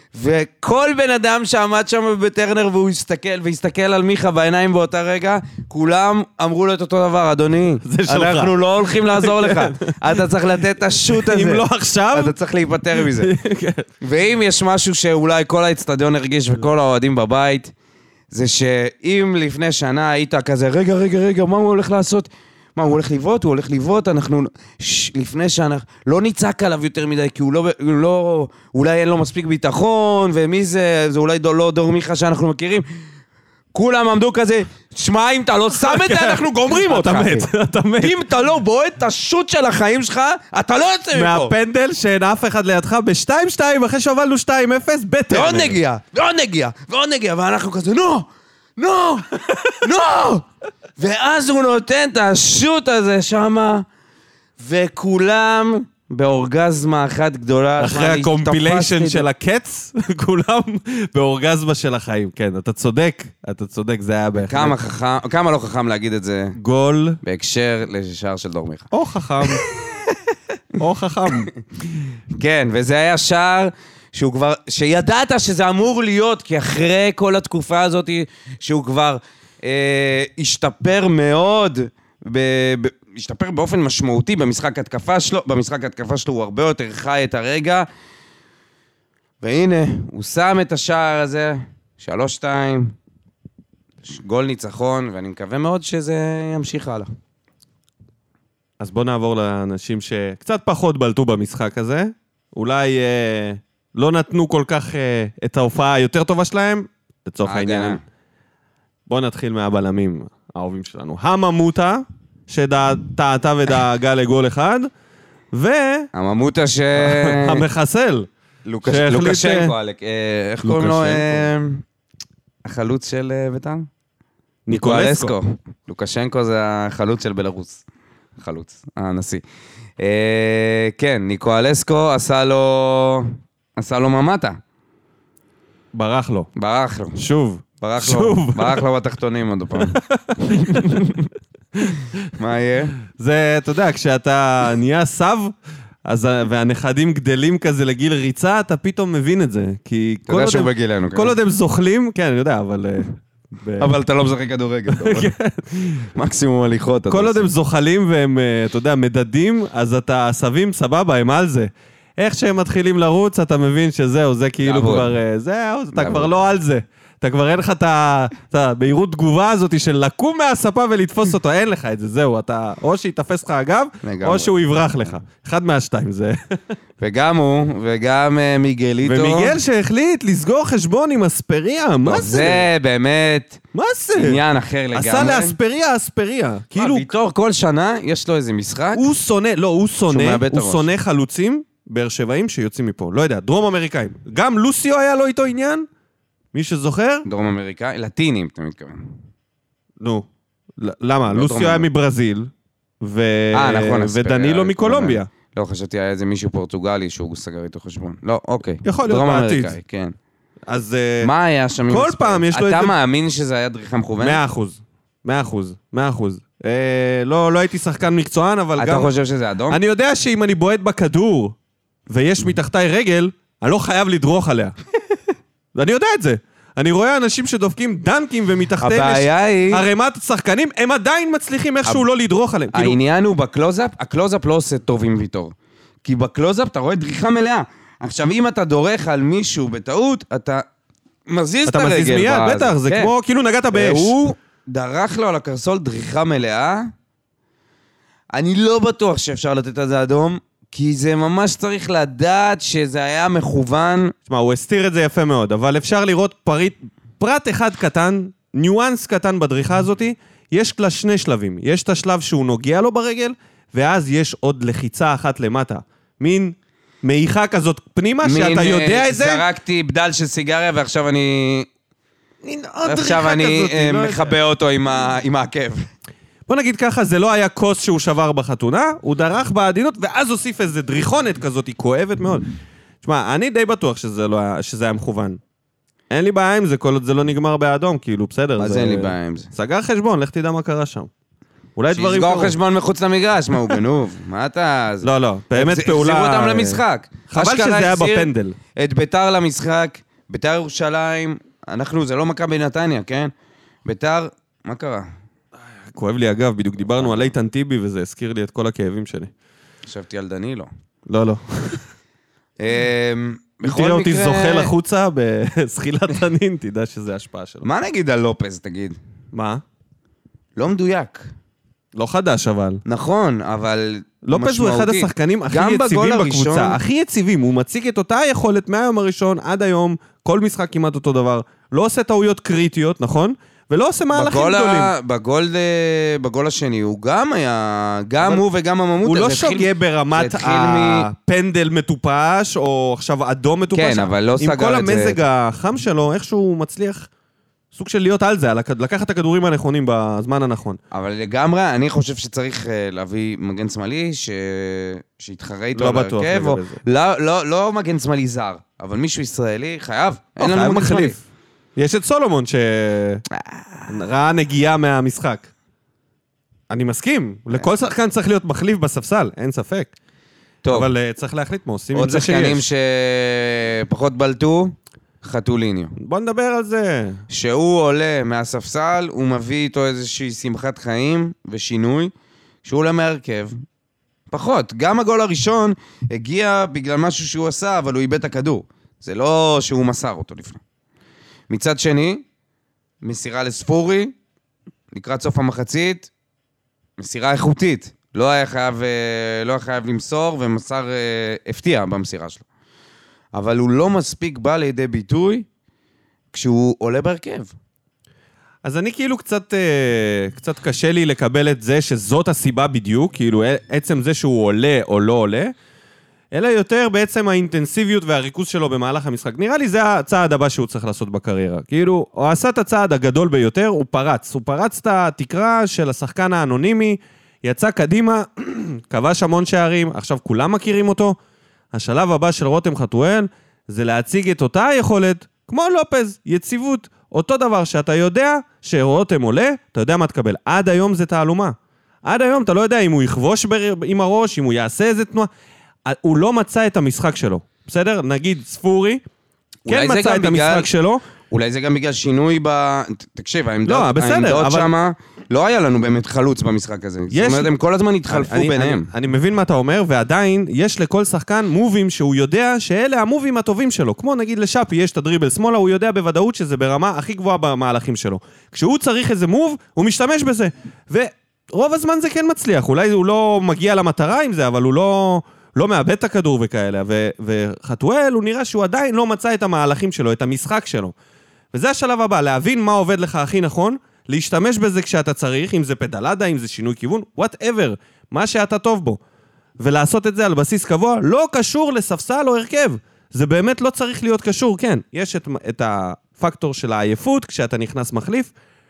וכל בן אדם שעמד שם בטרנר והוא הסתכל, והסתכל על מיכה בעיניים באותה רגע, כולם אמרו לו את אותו דבר, אדוני, אנחנו לא הולכים לעזור לך, אתה צריך לתת את השוט הזה. אם לא עכשיו... אתה צריך להיפטר מזה. ואם יש משהו שאולי כל האצטדיון הרגיש וכל האוהדים בבית, זה שאם לפני שנה היית כזה, רגע, רגע, רגע, מה הוא הולך לעשות? מה, הוא הולך לבעוט? הוא הולך לבעוט, אנחנו... ש... לפני שנה... לא ניצק עליו יותר מדי, כי הוא לא... הוא לא... אולי אין לו מספיק ביטחון, ומי זה... זה אולי לא דור מיכה שאנחנו מכירים. כולם עמדו כזה, שמע, אם אתה לא שם את זה, אנחנו גומרים אותך. אתה מת, אתה מת. אם אתה לא בועט את השוט של החיים שלך, אתה לא יוצא מפה. מהפנדל שאין אף אחד לידך ב-שתיים שתיים, אחרי שהובלנו שתיים אפס, בטרנר. ועוד נגיע, ועוד נגיע, ועוד נגיע, ואנחנו כזה, נו! נו! נו! ואז הוא נותן את השוט הזה שמה, וכולם באורגזמה אחת גדולה. אחרי הקומפיליישן של הקץ, כולם באורגזמה של החיים. כן, אתה צודק, אתה צודק, זה היה בהחלט. כמה חכם, כמה לא חכם להגיד את זה. גול. בהקשר לשער של דור מיכה. או חכם. או חכם. כן, וזה היה שער שהוא כבר, שידעת שזה אמור להיות, כי אחרי כל התקופה הזאת, שהוא כבר אה, השתפר מאוד, ב, ב, השתפר באופן משמעותי במשחק התקפה שלו, במשחק התקפה שלו הוא הרבה יותר חי את הרגע, והנה, הוא שם את השער הזה, שלוש שתיים, גול ניצחון, ואני מקווה מאוד שזה ימשיך הלאה. אז בוא נעבור לאנשים שקצת פחות בלטו במשחק הזה, אולי אה, לא נתנו כל כך אה, את ההופעה היותר טובה שלהם, לצורך העניין. בוא נתחיל מהבלמים האהובים שלנו. הממוטה, שטעתה ודאגה לגול אחד, ו... הממוטה ש... המחסל. לוקשנקו, איך קוראים לו? החלוץ של בית"ר? ניקולסקו. לוקשנקו זה החלוץ של בלרוס. החלוץ, הנשיא. כן, ניקולסקו עשה לו... עשה לו ממטה. ברח לו. ברח לו. שוב. ברח שוב. לו. ברח לו בתחתונים עוד פעם. מה יהיה? זה, אתה יודע, כשאתה נהיה סב, אז, והנכדים גדלים כזה לגיל ריצה, אתה פתאום מבין את זה. כי אתה יודע שהוא בגילנו. כל עוד הם זוכלים, כן, אני יודע, אבל... אבל אתה לא משחק כדורגל. מקסימום הליכות. כל עוד הם זוחלים והם, אתה יודע, מדדים, אז אתה סבים, סבבה, הם על זה. איך שהם מתחילים לרוץ, אתה מבין שזהו, זה כאילו כבר... זהו, אתה כבר לא על זה. אתה כבר אין לך את הבהירות תגובה הזאת של לקום מהספה ולתפוס אותו, אין לך את זה, זהו, אתה או שיתפס לך אגב, או שהוא יברח לך. אחד מהשתיים זה. וגם הוא, וגם מיגליטו. ומיגל שהחליט לסגור חשבון עם אספריה, מה זה? זה באמת... מה זה? עניין אחר לגמרי. עשה לאספריה, אספריה. כאילו... ויטור כל שנה יש לו איזה משחק. הוא שונא, לא, הוא שונא, הוא שונא חלוצים באר שבעים שיוצאים מפה. לא יודע, דרום אמריקאים. גם לוסיו היה לו איתו עניין? מי שזוכר? דרום אמריקאי, לטינים, אתה מתכוון. נו, למה? לוסיו היה מברזיל, ודנילו מקולומביה. לא, חשבתי היה איזה מישהו פורטוגלי שהוא סגר איתו חשבון. לא, אוקיי. יכול להיות בעתיד. כן. אז... מה היה שם? כל פעם יש לו... אתה מאמין שזה היה דריכה מכוונת? מאה אחוז. מאה אחוז. מאה אחוז. לא הייתי שחקן מקצוען, אבל גם... אתה חושב שזה אדום? אני יודע שאם אני בועט בכדור, ויש מתחתיי רגל, אני לא חייב לדרוך עליה. ואני יודע את זה. אני רואה אנשים שדופקים דנקים ומתחתיהם יש הרמת שחקנים, הם עדיין מצליחים איכשהו לא לדרוך עליהם. העניין הוא בקלוזאפ, הקלוזאפ לא עושה טוב עם ויטור. כי בקלוזאפ אתה רואה דריכה מלאה. עכשיו, אם אתה דורך על מישהו בטעות, אתה מזיז את הרגל. אתה מזיז מיד, בטח, זה כמו כאילו נגעת באש. הוא דרך לו על הקרסול דריכה מלאה. אני לא בטוח שאפשר לתת את זה אדום. כי זה ממש צריך לדעת שזה היה מכוון. תשמע, הוא הסתיר את זה יפה מאוד, אבל אפשר לראות פריט, פרט אחד קטן, ניואנס קטן בדריכה הזאת, יש לה שני שלבים. יש את השלב שהוא נוגע לו ברגל, ואז יש עוד לחיצה אחת למטה. מין מעיכה כזאת פנימה, מין, שאתה יודע את זה. זרקתי בדל של סיגריה, ועכשיו אני... עכשיו אני מחבא אותו עם, ה... עם העקב. בוא נגיד ככה, זה לא היה כוס שהוא שבר בחתונה, הוא דרך בעדינות, ואז הוסיף איזו דריכונת כזאת, היא כואבת מאוד. תשמע, אני די בטוח שזה, לא היה, שזה היה מכוון. אין לי בעיה עם זה, כל עוד זה לא נגמר באדום, כאילו, בסדר. מה זה אין לי בעיה עם זה? סגר חשבון, לך תדע מה קרה שם. אולי דברים קרו. שיסגור חשבון מחוץ למגרש, מה הוא גנוב? מה אתה... לא, לא, באמת פעולה... החזירו אותם למשחק. חבל שזה היה בפנדל. את ביתר למשחק, ביתר ירושלים, אנחנו, זה לא מכבי נתניה, כן? ביתר, מה קרה? כואב לי אגב, בדיוק דיברנו על איתן טיבי, וזה הזכיר לי את כל הכאבים שלי. חשבתי על דנילו. לא, לא. תראה אותי זוחל החוצה בסחילת תנין, תדע שזה השפעה שלו. מה נגיד על לופז, תגיד? מה? לא מדויק. לא חדש, אבל. נכון, אבל... לופז הוא אחד השחקנים הכי יציבים בקבוצה. הכי יציבים, הוא מציג את אותה היכולת מהיום הראשון עד היום, כל משחק כמעט אותו דבר. לא עושה טעויות קריטיות, נכון? ולא עושה מהלכים גדולים. בגול, בגול השני הוא גם היה, גם הוא וגם הממוטה. הוא לא שוגע ברמת הפנדל מטופש, או עכשיו אדום מטופש. כן, אבל לא סגר את זה. עם כל המזג החם שלו, איכשהו הוא מצליח סוג של להיות על זה, לקחת את הכדורים הנכונים בזמן הנכון. אבל לגמרי, אני חושב שצריך להביא מגן שמאלי שיתחרה איתו לא בטוח לגבי זה. לא, לא, לא מגן שמאלי זר, אבל מישהו ישראלי חייב. אין לנו מגן שמאלי. יש את סולומון שראה נגיעה מהמשחק. אני מסכים, לכל שחקן צריך להיות מחליף בספסל, אין ספק. טוב. אבל צריך להחליט מה עושים עם זה שיש. עוד שחקנים שפחות בלטו, חתוליניו. בוא נדבר על זה. שהוא עולה מהספסל, הוא מביא איתו איזושהי שמחת חיים ושינוי. כשהוא עולה מהרכב, פחות. גם הגול הראשון הגיע בגלל משהו שהוא עשה, אבל הוא איבד את הכדור. זה לא שהוא מסר אותו לפני. מצד שני, מסירה לספורי, לקראת סוף המחצית, מסירה איכותית. לא היה חייב, לא היה חייב למסור, ומסר הפתיע במסירה שלו. אבל הוא לא מספיק בא לידי ביטוי כשהוא עולה בהרכב. אז אני כאילו קצת, קצת קשה לי לקבל את זה שזאת הסיבה בדיוק, כאילו עצם זה שהוא עולה או לא עולה, אלא יותר בעצם האינטנסיביות והריכוז שלו במהלך המשחק. נראה לי זה הצעד הבא שהוא צריך לעשות בקריירה. כאילו, הוא עשה את הצעד הגדול ביותר, הוא פרץ. הוא פרץ את התקרה של השחקן האנונימי, יצא קדימה, כבש המון שערים, עכשיו כולם מכירים אותו. השלב הבא של רותם חתואל זה להציג את אותה היכולת, כמו לופז, יציבות, אותו דבר שאתה יודע שרותם עולה, אתה יודע מה תקבל. עד היום זה תעלומה. עד היום אתה לא יודע אם הוא יכבוש עם הראש, אם הוא יעשה איזה תנועה. הוא לא מצא את המשחק שלו. בסדר? נגיד ספורי, כן מצא את המשחק שלו. אולי זה גם בגלל שינוי ב... תקשיב, העמדות, לא, בסדר, העמדות אבל... שמה, לא היה לנו באמת חלוץ במשחק הזה. יש... זאת אומרת, הם כל הזמן התחלפו אני, ביניהם. אני, אני מבין מה אתה אומר, ועדיין יש לכל שחקן מובים שהוא יודע שאלה המובים הטובים שלו. כמו נגיד לשאפי, יש את הדריבל שמאלה, הוא יודע בוודאות שזה ברמה הכי גבוהה במהלכים שלו. כשהוא צריך איזה מוב, הוא משתמש בזה. ורוב הזמן זה כן מצליח. אולי הוא לא מגיע למטרה עם זה, אבל הוא לא... לא מאבד את הכדור וכאלה, ו- וחתואל הוא נראה שהוא עדיין לא מצא את המהלכים שלו, את המשחק שלו. וזה השלב הבא, להבין מה עובד לך הכי נכון, להשתמש בזה כשאתה צריך, אם זה פדלדה, אם זה שינוי כיוון, whatever, מה שאתה טוב בו. ולעשות את זה על בסיס קבוע, לא קשור לספסל או הרכב. זה באמת לא צריך להיות קשור, כן. יש את, את הפקטור של העייפות, כשאתה נכנס מחליף,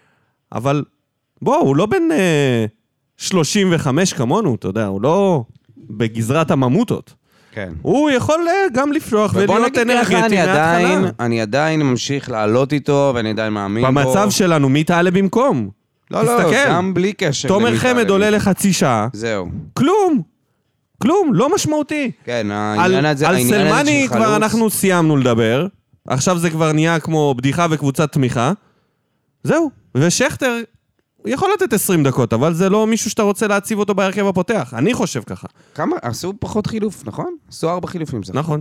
אבל בוא, הוא לא בין אה, שלושים וחמש כמונו, אתה יודע, הוא לא... בגזרת הממוטות. כן. הוא יכול גם לפלוח ולהיות אנרגטי מההתחלה. אני עדיין ממשיך לעלות איתו, ואני עדיין מאמין בו. במצב שלנו, מי תעלה במקום? לא, לא, גם בלי קשר. תומר חמד עולה לחצי שעה. זהו. כלום. כלום, לא משמעותי. כן, העניין הזה... על סלמני כבר אנחנו סיימנו לדבר. עכשיו זה כבר נהיה כמו בדיחה וקבוצת תמיכה. זהו. ושכתר... הוא יכול לתת עשרים דקות, אבל זה לא מישהו שאתה רוצה להציב אותו בהרכב הפותח. אני חושב ככה. כמה? עשו פחות חילוף, נכון? עשו ארבע חילופים. נכון.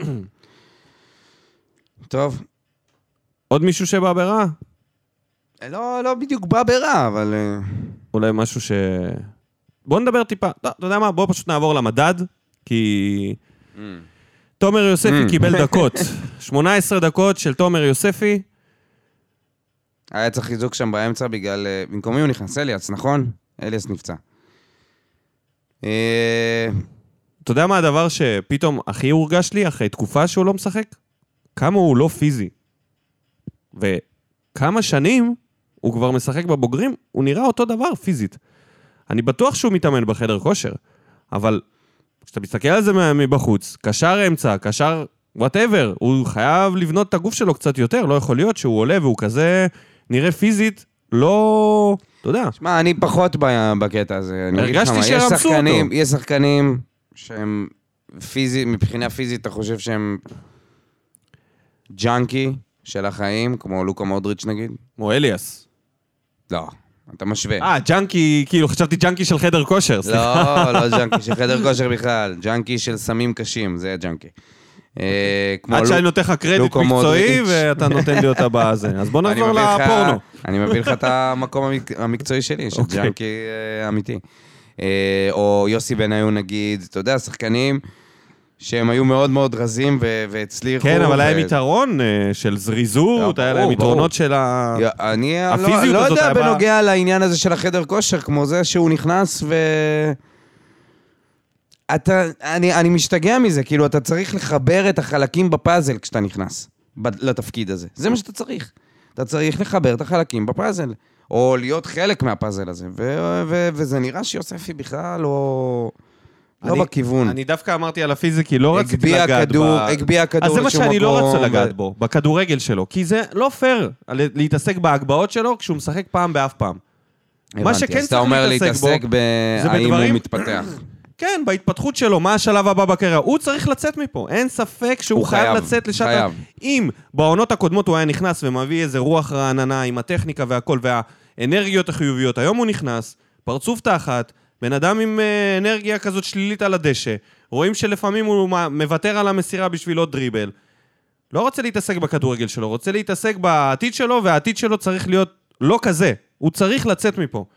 טוב. עוד מישהו שבא ברע? לא, לא בדיוק בא ברע, אבל... אולי משהו ש... בוא נדבר טיפה. לא, אתה יודע מה? בוא פשוט נעבור למדד, כי... תומר יוספי קיבל דקות. שמונה עשרה דקות של תומר יוספי. היה צריך חיזוק שם באמצע בגלל... במקומי הוא נכנס, אליאס, נכון? אליאס נפצע. אתה יודע מה הדבר שפתאום הכי הורגש לי אחרי תקופה שהוא לא משחק? כמה הוא לא פיזי. וכמה שנים הוא כבר משחק בבוגרים, הוא נראה אותו דבר פיזית. אני בטוח שהוא מתאמן בחדר כושר, אבל כשאתה מסתכל על זה מבחוץ, קשר אמצע, קשר whatever, הוא חייב לבנות את הגוף שלו קצת יותר, לא יכול להיות שהוא עולה והוא כזה... נראה פיזית, לא... אתה יודע. שמע, אני פחות בקטע הזה. הרגשתי שרמסו אותו. יש שחקנים שהם פיזית, מבחינה פיזית, אתה חושב שהם ג'אנקי של החיים, כמו לוקה מודריץ' נגיד? כמו אליאס. לא, אתה משווה. אה, ג'אנקי, כאילו, חשבתי ג'אנקי של חדר כושר. לא, לא ג'אנקי של חדר כושר בכלל. ג'אנקי של סמים קשים, זה ג'אנקי. עד שאני נותן לך קרדיט מקצועי ואתה נותן לי אותה בזה. אז בוא נעבור לפורנו. אני מביא לך את המקום המקצועי שלי, של ג'אנקי אמיתי. או יוסי בניון נגיד, אתה יודע, שחקנים שהם היו מאוד מאוד רזים והצליחו. כן, אבל היה יתרון של זריזות, היה להם יתרונות של הפיזיות הזאת. אני לא יודע בנוגע לעניין הזה של החדר כושר, כמו זה שהוא נכנס ו... אתה, אני, אני משתגע מזה, כאילו, אתה צריך לחבר את החלקים בפאזל כשאתה נכנס לתפקיד הזה. זה מה שאתה צריך. אתה צריך לחבר את החלקים בפאזל, או להיות חלק מהפאזל הזה, ו- ו- וזה נראה שיוספי בכלל לא... לא בכיוון. אני דווקא אמרתי על הפיזיקי, לא רציתי לגעת ב... הגביע כדור. אז זה מה שאני לא רוצה לגעת בו, בכדורגל שלו, כי זה לא פייר להתעסק בהגבהות שלו, כשהוא משחק פעם באף פעם. מה שכן צריך להתעסק בו, זה בדברים... האם הוא מתפתח. כן, בהתפתחות שלו, מה השלב הבא בקריירה? הוא צריך לצאת מפה, אין ספק שהוא חייב לצאת לשעת... אם בעונות הקודמות הוא היה נכנס ומביא איזה רוח רעננה עם הטכניקה והכל והאנרגיות החיוביות, היום הוא נכנס, פרצוף תחת, בן אדם עם אנרגיה כזאת שלילית על הדשא, רואים שלפעמים הוא מוותר על המסירה בשביל עוד דריבל. לא רוצה להתעסק בכדורגל שלו, רוצה להתעסק בעתיד שלו, והעתיד שלו צריך להיות לא כזה. הוא צריך לצאת מפה.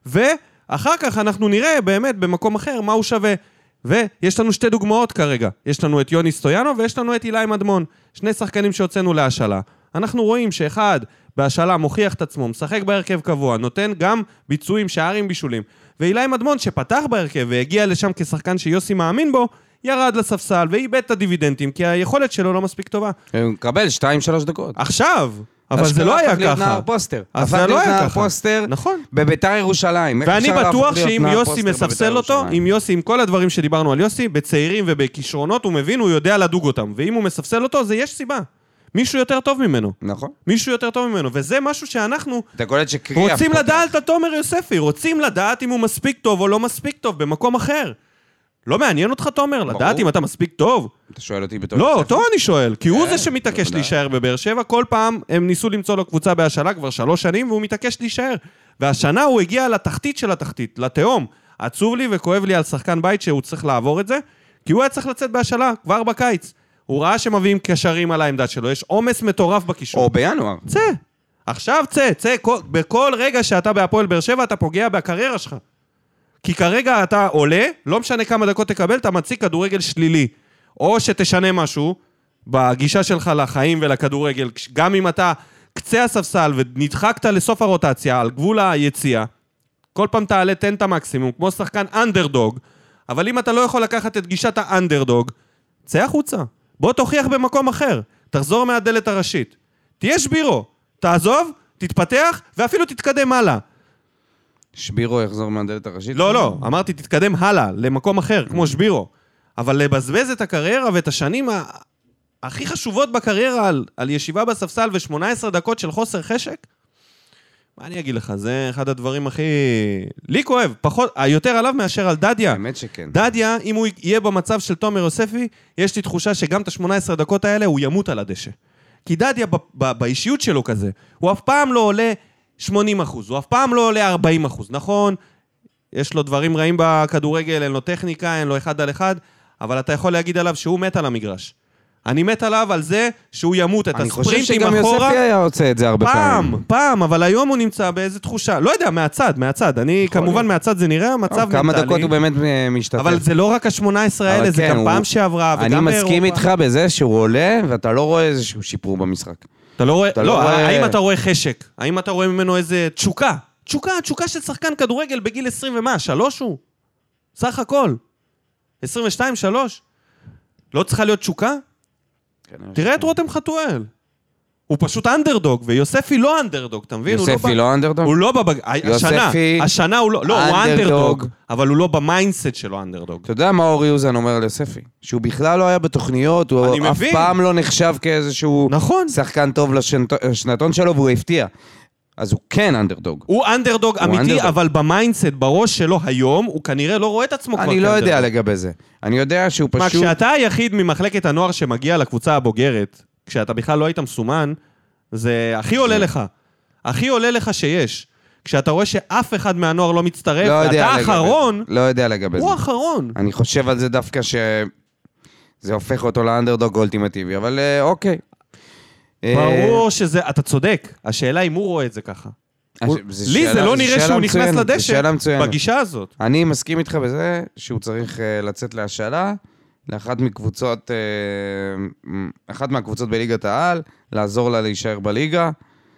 ואחר כך אנחנו נראה באמת במקום אחר מה הוא שווה. ויש לנו שתי דוגמאות כרגע. יש לנו את יוני סטויאנו ויש לנו את אילי מדמון. שני שחקנים שהוצאנו להשאלה. אנחנו רואים שאחד בהשאלה מוכיח את עצמו, משחק בהרכב קבוע, נותן גם ביצועים, שערים בישולים. ואילי מדמון שפתח בהרכב והגיע לשם כשחקן שיוסי מאמין בו, ירד לספסל ואיבד את הדיבידנדים, כי היכולת שלו לא מספיק טובה. הוא מקבל שתיים שלוש דקות. עכשיו, אבל זה לא היה ככה. אז זה לא היה ככה. נכון. בביתר ירושלים. ואני בטוח שאם יוסי מספסל אותו, אם יוסי, עם כל הדברים שדיברנו על יוסי, בצעירים ובכישרונות הוא מבין, הוא יודע לדוג אותם. ואם הוא מספסל אותו, זה יש סיבה. מישהו יותר טוב ממנו. נכון. מישהו יותר טוב ממנו, וזה משהו שאנחנו רוצים לדעת על תומר יוספי, רוצים לדעת אם הוא מספיק טוב או לא מספיק טוב במקום אחר. לא מעניין אותך תומר, לדעת אם אתה מספיק טוב? אתה שואל אותי בתור... לא, אותו אני שואל, כי הוא זה שמתעקש להישאר בבאר שבע, כל פעם הם ניסו למצוא לו קבוצה בהשאלה כבר שלוש שנים, והוא מתעקש להישאר. והשנה הוא הגיע לתחתית של התחתית, לתהום. עצוב לי וכואב לי על שחקן בית שהוא צריך לעבור את זה, כי הוא היה צריך לצאת בהשאלה כבר בקיץ. הוא ראה שמביאים קשרים על העמדה שלו, יש עומס מטורף בקישור. או בינואר. צא. עכשיו צא, צא. בכל רגע שאתה בהפועל באר שבע, אתה פוגע בקריירה שלך. כי כרגע אתה עולה, לא משנה כמה דקות תקבל, אתה מציג כדורגל שלילי. או שתשנה משהו בגישה שלך לחיים ולכדורגל, גם אם אתה קצה הספסל ונדחקת לסוף הרוטציה, על גבול היציאה, כל פעם תעלה, תן את המקסימום, כמו שחקן אנדרדוג, אבל אם אתה לא יכול לקחת את גישת האנדרדוג, צא החוצה. בוא תוכיח במקום אחר, תחזור מהדלת הראשית. תהיה שבירו, תעזוב, תתפתח, ואפילו תתקדם הלאה. שבירו יחזור מהדלת הראשית? לא, לא, אמרתי תתקדם הלאה, למקום אחר, כמו שבירו. אבל לבזבז את הקריירה ואת השנים הכי חשובות בקריירה על, על ישיבה בספסל ו-שמונה עשרה דקות של חוסר חשק, מה אני אגיד לך, זה אחד הדברים הכי... לי כואב, פחות, יותר עליו מאשר על דדיה. באמת שכן. דדיה, אם הוא יהיה במצב של תומר יוספי, יש לי תחושה שגם את ה-שמונה עשרה דקות האלה הוא ימות על הדשא. כי דדיה ב- ב- באישיות שלו כזה, הוא אף פעם לא עולה שמונים אחוז, הוא אף פעם לא עולה ארבעים אחוז, נכון? יש לו דברים רעים בכדורגל, אין לו טכניקה, אין לו אחד על אחד, אבל אתה יכול להגיד עליו שהוא מת על המגרש. אני מת עליו על זה שהוא ימות את הספרינטים אחורה. אני חושב שגם יוספי היה רוצה את זה הרבה פעמים. פעם, פעם, אבל היום הוא נמצא באיזו תחושה. לא יודע, מהצד, מהצד. אני, כמובן, מהצד זה נראה, המצב מנטלי. כמה דקות הוא באמת משתתף. אבל זה לא רק ה-שמונה עשרה האלה, זה גם פעם שעברה, וגם באירופה. אני מסכים איתך בזה שהוא עולה, ואתה לא רואה איזשהו שיפור במשחק. אתה לא רואה, לא, האם אתה רואה חשק? האם אתה רואה ממנו איזה תשוקה? תשוקה, תשוקה של שחקן כדורגל בגיל עשרים ומה, שלוש הוא? סך הכל. עשרים ושתיים, שלוש? לא צריכה להיות תשוקה? תראה את רותם חתואל. הוא פשוט אנדרדוג, ויוספי לא אנדרדוג, אתה מבין? יוספי לא אנדרדוג? הוא לא בבג... השנה, השנה הוא לא... לא, הוא אנדרדוג, אבל הוא לא במיינדסט שלו אנדרדוג. אתה יודע מה אורי אוזן אומר ליוספי? שהוא בכלל לא היה בתוכניות, הוא אף פעם לא נחשב כאיזשהו שחקן טוב לשנתון שלו, והוא הפתיע. אז הוא כן אנדרדוג. הוא אנדרדוג אמיתי, אבל במיינדסט, בראש שלו היום, הוא כנראה לא רואה את עצמו כבר כאנדרדוג. אני לא יודע לגבי זה. אני יודע שהוא פשוט... מה, כשאתה היחיד ממחלקת הנוער שמגיע לקבוצה הבוגרת, כשאתה בכלל לא היית מסומן, זה הכי עולה לך. הכי עולה לך שיש. כשאתה רואה שאף אחד מהנוער לא מצטרף, אתה האחרון... לא יודע לגבי זה. הוא האחרון. אני חושב על זה דווקא שזה הופך אותו לאנדרדוג אולטימטיבי, אבל אוקיי. ברור שזה, אתה צודק, השאלה אם הוא רואה את זה ככה. לי זה לא נראה שהוא נכנס לדשא בגישה הזאת. אני מסכים איתך בזה שהוא צריך לצאת להשאלה, לאחת מקבוצות, אחת מהקבוצות בליגת העל, לעזור לה להישאר בליגה,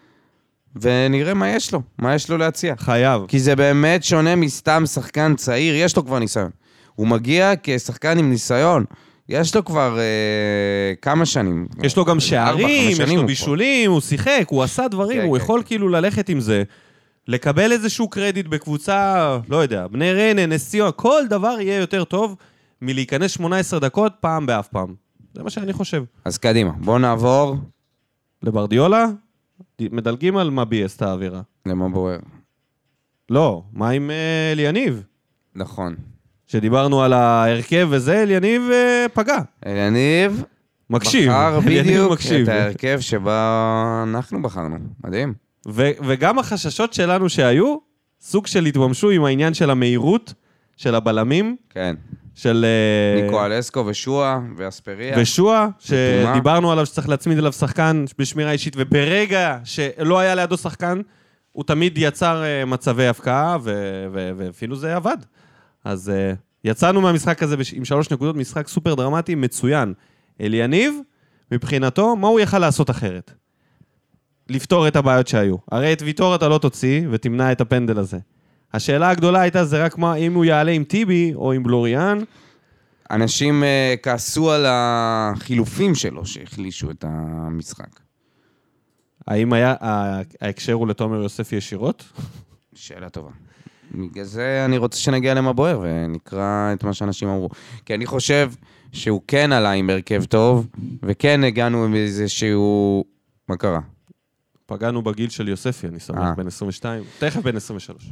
ונראה מה יש לו, מה יש לו להציע. חייב. כי זה באמת שונה מסתם שחקן צעיר, יש לו כבר ניסיון. הוא מגיע כשחקן עם ניסיון, יש לו כבר אה, כמה שנים. יש לו גם שערים, יש לו בישולים, הוא שיחק, הוא עשה דברים, הוא יכול כאילו ללכת עם זה, לקבל איזשהו קרדיט בקבוצה, לא יודע, בני ריינה, נס ציונה, כל דבר יהיה יותר טוב מלהיכנס שמונה עשרה דקות פעם באף פעם. זה מה שאני חושב. אז קדימה, בואו נעבור. לברדיולה, מדלגים על מה בייס את האווירה. למה בוער? לא, מה עם אליניב? נכון. שדיברנו על ההרכב וזה, אליניב פגע. אליניב מקשיב. בחר בדיוק את ההרכב שבה אנחנו בחרנו. מדהים. ו- וגם החששות שלנו שהיו, סוג של התממשו עם העניין של המהירות, של הבלמים. כן. של... ניקו אלסקו ושואה ואספריה. ושואה, שדיברנו עליו שצריך להצמיד אליו שחקן בשמירה אישית, וברגע שלא היה לידו שחקן, הוא תמיד יצר מצבי הפקעה, ו- ו- ואפילו זה עבד. אז uh, יצאנו מהמשחק הזה עם שלוש נקודות, משחק סופר דרמטי, מצוין. אליניב, מבחינתו, מה הוא יכל לעשות אחרת? לפתור את הבעיות שהיו. הרי את ויטור אתה לא תוציא, ותמנע את הפנדל הזה. השאלה הגדולה הייתה, זה רק מה, אם הוא יעלה עם טיבי, או עם בלוריאן. אנשים uh, כעסו על החילופים שלו, שהחלישו את המשחק. האם היה, ההקשר הוא לתומר יוסף ישירות? שאלה טובה. בגלל זה אני רוצה שנגיע למה בוער, ונקרא את מה שאנשים אמרו. כי אני חושב שהוא כן עלה עם הרכב טוב, וכן הגענו עם איזשהו... מה קרה? פגענו בגיל של יוספי, אני שמח, בן עשרים ושתיים, תכף בן עשרים ושלוש.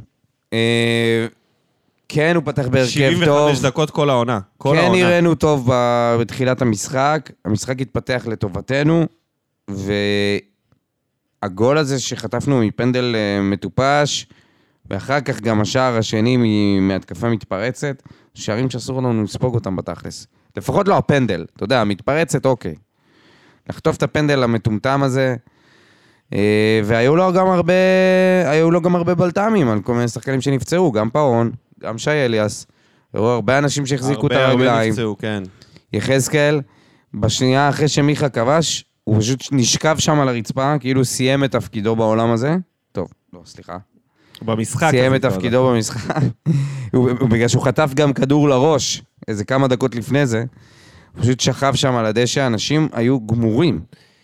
כן, הוא פתח בהרכב טוב. שבעים וחמש דקות כל העונה. כן, נראינו טוב בתחילת המשחק, המשחק התפתח לטובתנו, והגול הזה שחטפנו מפנדל מטופש, ואחר כך גם השער השני מהתקפה מתפרצת, שערים שאסור לנו לספוג אותם בתכלס. לפחות לא הפנדל, אתה יודע, מתפרצת, אוקיי. לחטוף את הפנדל המטומטם הזה, והיו לו גם הרבה, היו לו גם הרבה בלטמים על כל מיני שחקנים שנפצעו, גם פאון, גם שי אליאס, היו הרבה אנשים שהחזיקו את הרגליים. הרבה הרבה נפצעו, כן. יחזקאל, בשנייה אחרי שמיכה כבש, הוא פשוט נשכב שם על הרצפה, כאילו סיים את תפקידו בעולם הזה. טוב, לא, סליחה. במשחק. סיים את תפקידו במשחק. בגלל שהוא חטף גם כדור לראש, איזה כמה דקות לפני זה, הוא פשוט שכב שם על הדשא, אנשים היו גמורים.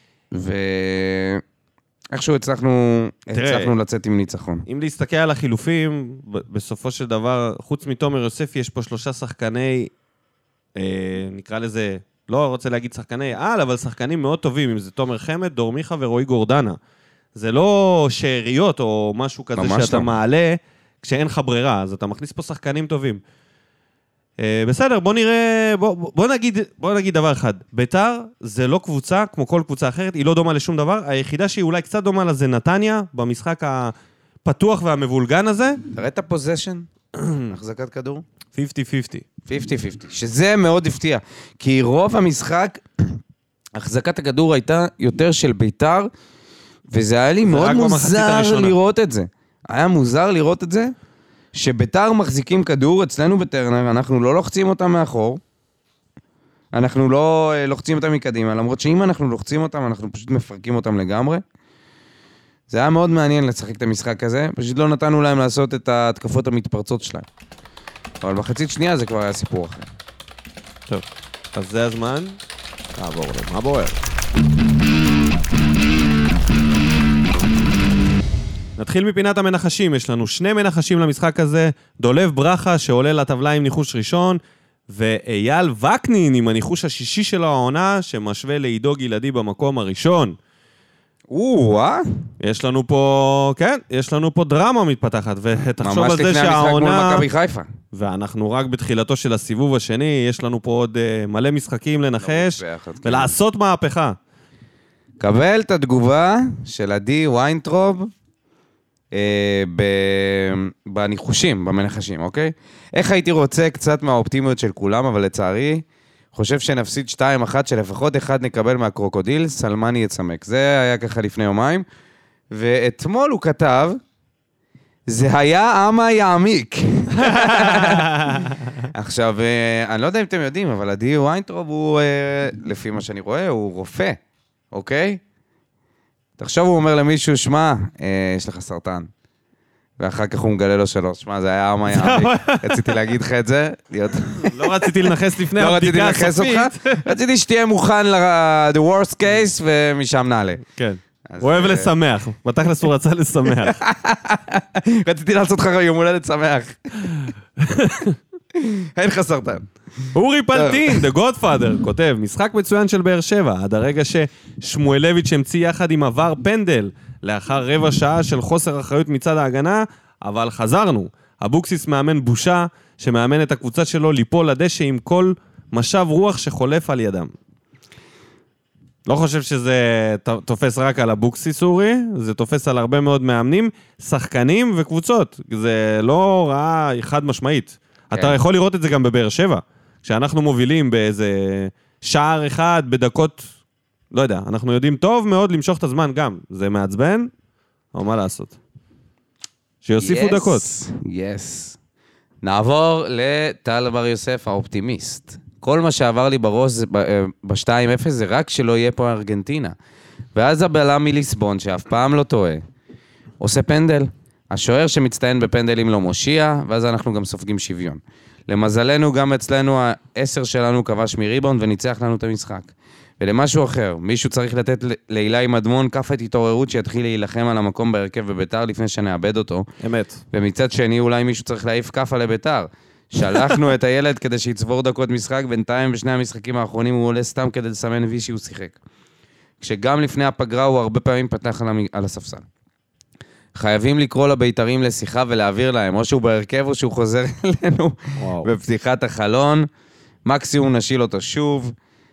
ואיכשהו הצלחנו, הצלחנו לצאת עם ניצחון. אם להסתכל על החילופים, בסופו של דבר, חוץ מתומר יוספי, יש פה שלושה שחקני, נקרא לזה, לא רוצה להגיד שחקני על, אבל שחקנים מאוד טובים, אם זה תומר חמד, דור מיכה ורועי גורדנה. זה לא שאריות או משהו כזה שאתה לא. מעלה כשאין לך ברירה, אז אתה מכניס פה שחקנים טובים. אה, בסדר, בוא נראה, בוא, בוא, נגיד, בוא נגיד דבר אחד. ביתר זה לא קבוצה, כמו כל קבוצה אחרת, היא לא דומה לשום דבר. היחידה שהיא אולי קצת דומה לה זה נתניה, במשחק הפתוח והמבולגן הזה. תראה את הפוזיישן, החזקת כדור. חמישים חמישים. חמישים חמישים, שזה מאוד הפתיע. כי רוב המשחק, החזקת הכדור הייתה יותר של ביתר, וזה היה לי מאוד מוזר לראות את זה. היה מוזר לראות את זה, שביתר מחזיקים כדור, אצלנו בטרנר, אנחנו לא לוחצים אותם מאחור, אנחנו לא לוחצים אותם מקדימה, למרות שאם אנחנו לוחצים אותם, אנחנו פשוט מפרקים אותם לגמרי. זה היה מאוד מעניין לשחק את המשחק הזה, פשוט לא נתנו להם לעשות את ההתקפות המתפרצות שלהם. אבל בחצית שנייה זה כבר היה סיפור אחר. טוב, אז זה הזמן. תעבור לו, מה בוער? נתחיל מפינת המנחשים, יש לנו שני מנחשים למשחק הזה, דולב ברכה שעולה לטבלה עם ניחוש ראשון, ואייל וקנין עם הניחוש השישי של העונה, שמשווה לעידו גלעדי במקום הראשון. או-אה? יש לנו פה, כן, יש לנו פה דרמה מתפתחת, ותחשוב על זה שהעונה... ממש לפני המשחק מול מכבי חיפה. ואנחנו רק בתחילתו של הסיבוב השני, יש לנו פה עוד uh, מלא משחקים לנחש, ולעשות מהפכה. קבל את התגובה של עדי ויינטרוב, בניחושים, במנחשים, אוקיי? איך הייתי רוצה קצת מהאופטימיות של כולם, אבל לצערי, חושב שנפסיד שתיים אחת, שלפחות אחד נקבל מהקרוקודיל, סלמני יצמק. זה היה ככה לפני יומיים, ואתמול הוא כתב, זה היה אמה יעמיק. עכשיו, אני לא יודע אם אתם יודעים, אבל עדי ויינטרוב הוא, לפי מה שאני רואה, הוא רופא, אוקיי? עכשיו הוא אומר למישהו, שמע, אה, יש לך סרטן. ואחר כך הוא מגלה לו שלוש. מה, זה היה מיאמי. רציתי להגיד לך את זה. לא רציתי לנחס לפני לא רציתי הבדיקה לנחס הסופית. אותך. רציתי שתהיה מוכן ל-the worst case, ומשם נעלה. כן. הוא אוהב לשמח. בתכלס הוא רצה לשמח. רציתי לעשות לך יום הולדת שמח. אין לך סרטן. אורי פלטין, The Godfather, כותב, משחק מצוין של באר שבע, עד הרגע ששמואלביץ' המציא יחד עם עבר פנדל, לאחר רבע שעה של חוסר אחריות מצד ההגנה, אבל חזרנו. אבוקסיס מאמן בושה, שמאמן את הקבוצה שלו ליפול לדשא עם כל משב רוח שחולף על ידם. לא חושב שזה תופס רק על אבוקסיס, אורי, זה תופס על הרבה מאוד מאמנים, שחקנים וקבוצות. זה לא רעה חד משמעית. אתה יכול לראות את זה גם בבאר שבע. כשאנחנו מובילים באיזה שער אחד בדקות, לא יודע, אנחנו יודעים טוב מאוד למשוך את הזמן גם. זה מעצבן, אבל מה לעשות? שיוסיפו yes, דקות. יס. Yes. נעבור לטל בר יוסף, האופטימיסט. כל מה שעבר לי בראש ב-שתיים אפס זה רק שלא יהיה פה ארגנטינה. ואז הבלם מליסבון, שאף פעם לא טועה, עושה פנדל. השוער שמצטיין בפנדלים לא מושיע, ואז אנחנו גם סופגים שוויון. למזלנו, גם אצלנו, העשר שלנו כבש מריבון וניצח לנו את המשחק. ולמשהו אחר, מישהו צריך לתת לאילי מדמון כפת התעוררות שיתחיל להילחם על המקום בהרכב בביתר לפני שנאבד אותו. אמת. ומצד שני, אולי מישהו צריך להעיף כפה לביתר. שלחנו את הילד כדי שיצבור דקות משחק, בינתיים בשני המשחקים האחרונים הוא עולה סתם כדי לסמן וי שהוא שיחק. כשגם לפני הפגרה הוא הרבה פעמים פתח על, המ... על הספסל. חייבים לקרוא לביתרים לשיחה ולהעביר להם, או שהוא בהרכב או שהוא חוזר אלינו וואו. בפתיחת החלון, מקסימום נשיל אותו שוב.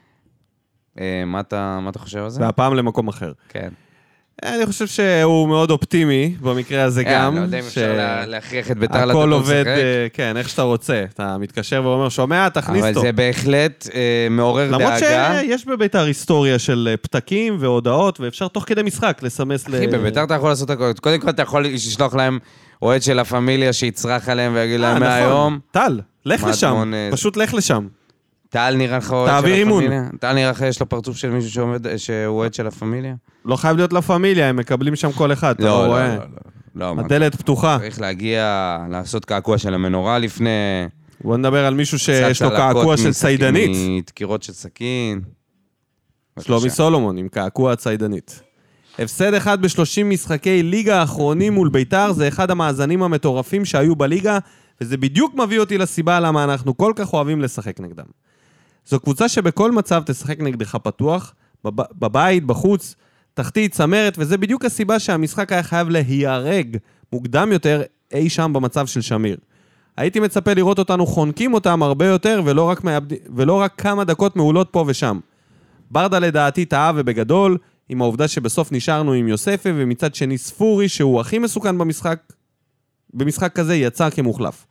אה, מה, אתה, מה אתה חושב על זה? והפעם למקום אחר. כן. אני חושב שהוא מאוד אופטימי, במקרה הזה גם. לא יודע אם אפשר להכריח את ביתר לתת הכל עובד, כן, איך שאתה רוצה. אתה מתקשר ואומר, שומע, תכניס אותו. אבל זה בהחלט מעורר דאגה. למרות שיש בביתר היסטוריה של פתקים והודעות, ואפשר תוך כדי משחק לסמס ל... אחי, בביתר אתה יכול לעשות הכל. קודם כל אתה יכול לשלוח להם אוהד של הפמיליה שיצרח עליהם ויגיד להם מהיום. טל, לך לשם, פשוט לך לשם. טל נראה לך אוהד של הפמיליה? טל נראה לך יש לו פרצוף של מישהו שהוא אוהד של הפמיליה? לא חייב להיות לפמיליה, הם מקבלים שם כל אחד. לא, לא, לא. הדלת פתוחה. צריך להגיע, לעשות קעקוע של המנורה לפני... בוא נדבר על מישהו שיש לו קעקוע של ציידנית. מתקירות של סכין. שלומי סולומון עם קעקוע ציידנית. הפסד אחד בשלושים משחקי ליגה האחרונים מול ביתר, זה אחד המאזנים המטורפים שהיו בליגה, וזה בדיוק מביא אותי לסיבה למה אנחנו כל כך אוהבים לשחק נגדם. זו קבוצה שבכל מצב תשחק נגדך פתוח, בבית, בחוץ, תחתית, צמרת, וזה בדיוק הסיבה שהמשחק היה חייב להיהרג מוקדם יותר אי שם במצב של שמיר. הייתי מצפה לראות אותנו חונקים אותם הרבה יותר, ולא רק, מאבד... ולא רק כמה דקות מעולות פה ושם. ברדה לדעתי טעה ובגדול, עם העובדה שבסוף נשארנו עם יוספי, ומצד שני ספורי, שהוא הכי מסוכן במשחק, במשחק כזה יצא כמוחלף.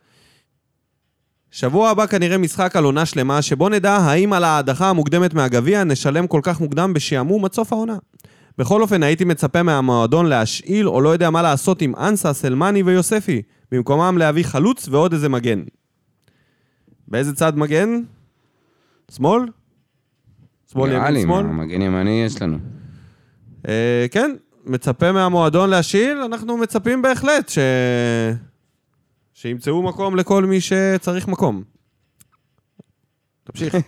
שבוע הבא כנראה משחק על עונה שלמה, שבו נדע האם על ההדחה המוקדמת מהגביע נשלם כל כך מוקדם בשעמום עד סוף העונה. בכל אופן הייתי מצפה מהמועדון להשאיל או לא יודע מה לעשות עם אנסה, סלמני ויוספי, במקומם להביא חלוץ ועוד איזה מגן. באיזה צד מגן? שמאל? שמאל ימין שמאל? מגן ימני יש לנו. אה, כן, מצפה מהמועדון להשאיל, אנחנו מצפים בהחלט ש... שימצאו מקום לכל מי שצריך מקום. תמשיך.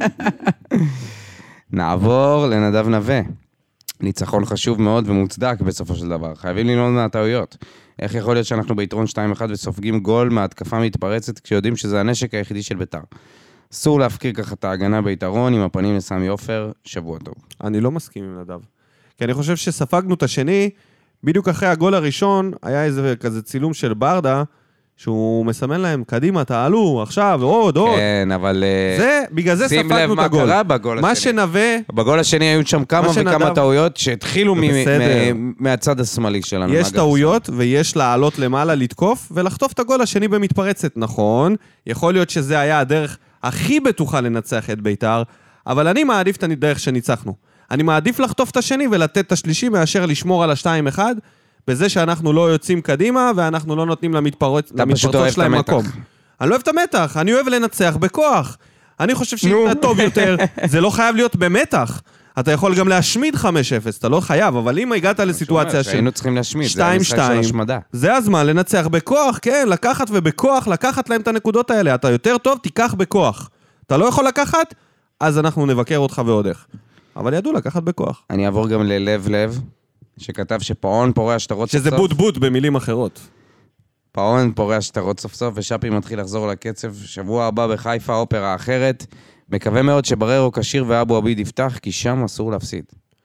נעבור לנדב נווה. ניצחון חשוב מאוד ומוצדק בסופו של דבר. חייבים ללמוד מהטעויות. איך יכול להיות שאנחנו ביתרון שתיים אחת וסופגים גול מהתקפה מתפרצת כשיודעים שזה הנשק היחידי של ביתר? אסור להפקיר ככה את ההגנה ביתרון עם הפנים לסמי עופר, שבוע טוב. אני לא מסכים עם נדב. כי אני חושב שספגנו את השני, בדיוק אחרי הגול הראשון, היה איזה כזה צילום של ברדה, שהוא מסמן להם, קדימה, תעלו, עכשיו, עוד, עוד. כן, אבל... זה, בגלל זה ספגנו את הגול. שים לב מה קרה בגול השני. מה שנווה... בגול השני היו שם כמה וכמה טעויות שהתחילו מהצד השמאלי שלנו. יש טעויות ויש לעלות למעלה, לתקוף, ולחטוף את הגול השני במתפרצת. נכון, יכול להיות שזה היה הדרך הכי בטוחה לנצח את ביתר, אבל אני מעדיף את הדרך שניצחנו. אני מעדיף לחטוף את השני ולתת את השלישי, מאשר לשמור על השתיים אחד, בזה שאנחנו לא יוצאים קדימה, ואנחנו לא נותנים למתפרצות שלהם מקום. אני לא אוהב את המתח, אני אוהב לנצח בכוח. אני חושב שזה טוב יותר, זה לא חייב להיות במתח. אתה יכול גם להשמיד חמש אפס, אתה לא חייב, אבל אם הגעת לסיטואציה של שהיינו צריכים להשמיד, זה שתיים המשחק של שתיים, השמדה. זה הזמן לנצח בכוח, כן, לקחת ובכוח, לקחת להם את הנקודות האלה. אתה יותר טוב, תיקח בכוח. אתה לא יכול לקחת, אז אנחנו נבקר אותך ועוד איך. אבל ידעו לקחת בכוח. אני אעבור גם ללב לב, שכתב שפעון פורע שטרות סוף סוף. שזה בוט בוט במילים אחרות. פעון פורע שטרות סוף סוף, ושאפי מתחיל לחזור לקצב. שבוע הבא בחיפה, אופרה אחרת. מקווה מאוד שבררו קשיר ואבו עביד יפתח, כי שם אסור להפסיד.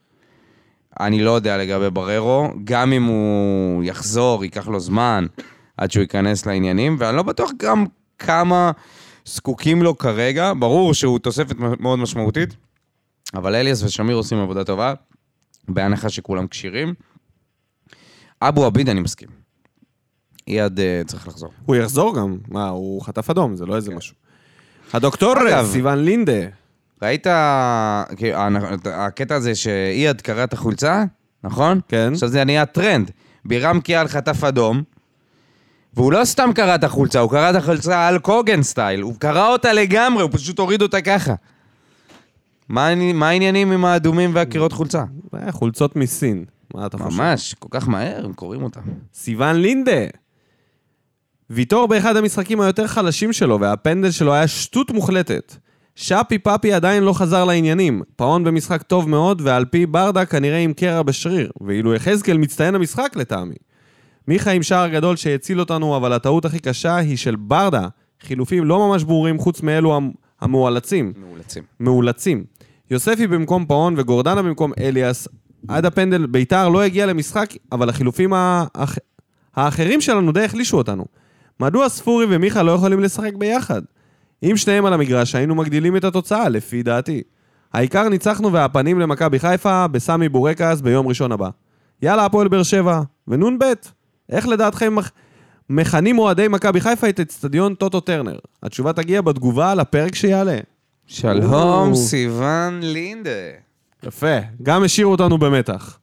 אני לא יודע לגבי בררו, גם אם הוא יחזור, ייקח לו זמן עד שהוא ייכנס לעניינים, ואני לא בטוח גם כמה זקוקים לו כרגע. ברור שהוא תוספת מאוד משמעותית, אבל אליאס ושמיר עושים עבודה טובה, בהנחה שכולם קשירים. אבו עביד אני מסכים. יד uh, צריך לחזור. הוא יחזור גם. מה, הוא חטף אדום, זה לא איזה משהו. הדוקטור סיוון לינדה. ראית הקטע הזה שאייד קרא את החולצה, נכון? כן. עכשיו זה נהיה טרנד. בירם קיאל חטף אדום, והוא לא סתם קרא את החולצה, הוא קרא את החולצה על קוגן סטייל, הוא קרא אותה לגמרי, הוא פשוט הוריד אותה ככה. מה, מה העניינים עם האדומים והקירות חולצה? חולצות מסין. מה אתה חושב? ממש, כל כך מהר, הם קוראים אותה. סיוון לינדה. ויטור באחד המשחקים היותר חלשים שלו, והפנדל שלו היה שטות מוחלטת. שפי פאפי עדיין לא חזר לעניינים. פאון במשחק טוב מאוד, ועל פי ברדה כנראה עם קרע בשריר. ואילו יחזקאל מצטיין המשחק לטעמי. מיכה עם שער גדול שהציל אותנו, אבל הטעות הכי קשה היא של ברדה. חילופים לא ממש ברורים חוץ מאלו המועלצים. מאולצים. מאולצים. יוספי במקום פאון וגורדנה במקום אליאס. עד הפנדל ביתר לא הגיע למשחק, אבל החילופים האח... האחרים שלנו די החלישו אותנו. מדוע ספורי ומיכה לא יכולים לשחק ביחד? אם שניהם על המגרש, היינו מגדילים את התוצאה, לפי דעתי. העיקר ניצחנו והפנים למכבי חיפה בסמי בורקס ביום ראשון הבא. יאללה, הפועל באר שבע. ונון בית. איך לדעתכם מח... מכנים אוהדי מכבי חיפה את אצטדיון טוטו טרנר? התשובה תגיע בתגובה לפרק שיעלה. שלום, סיוון לינדה. יפה. גם השאירו אותנו במתח.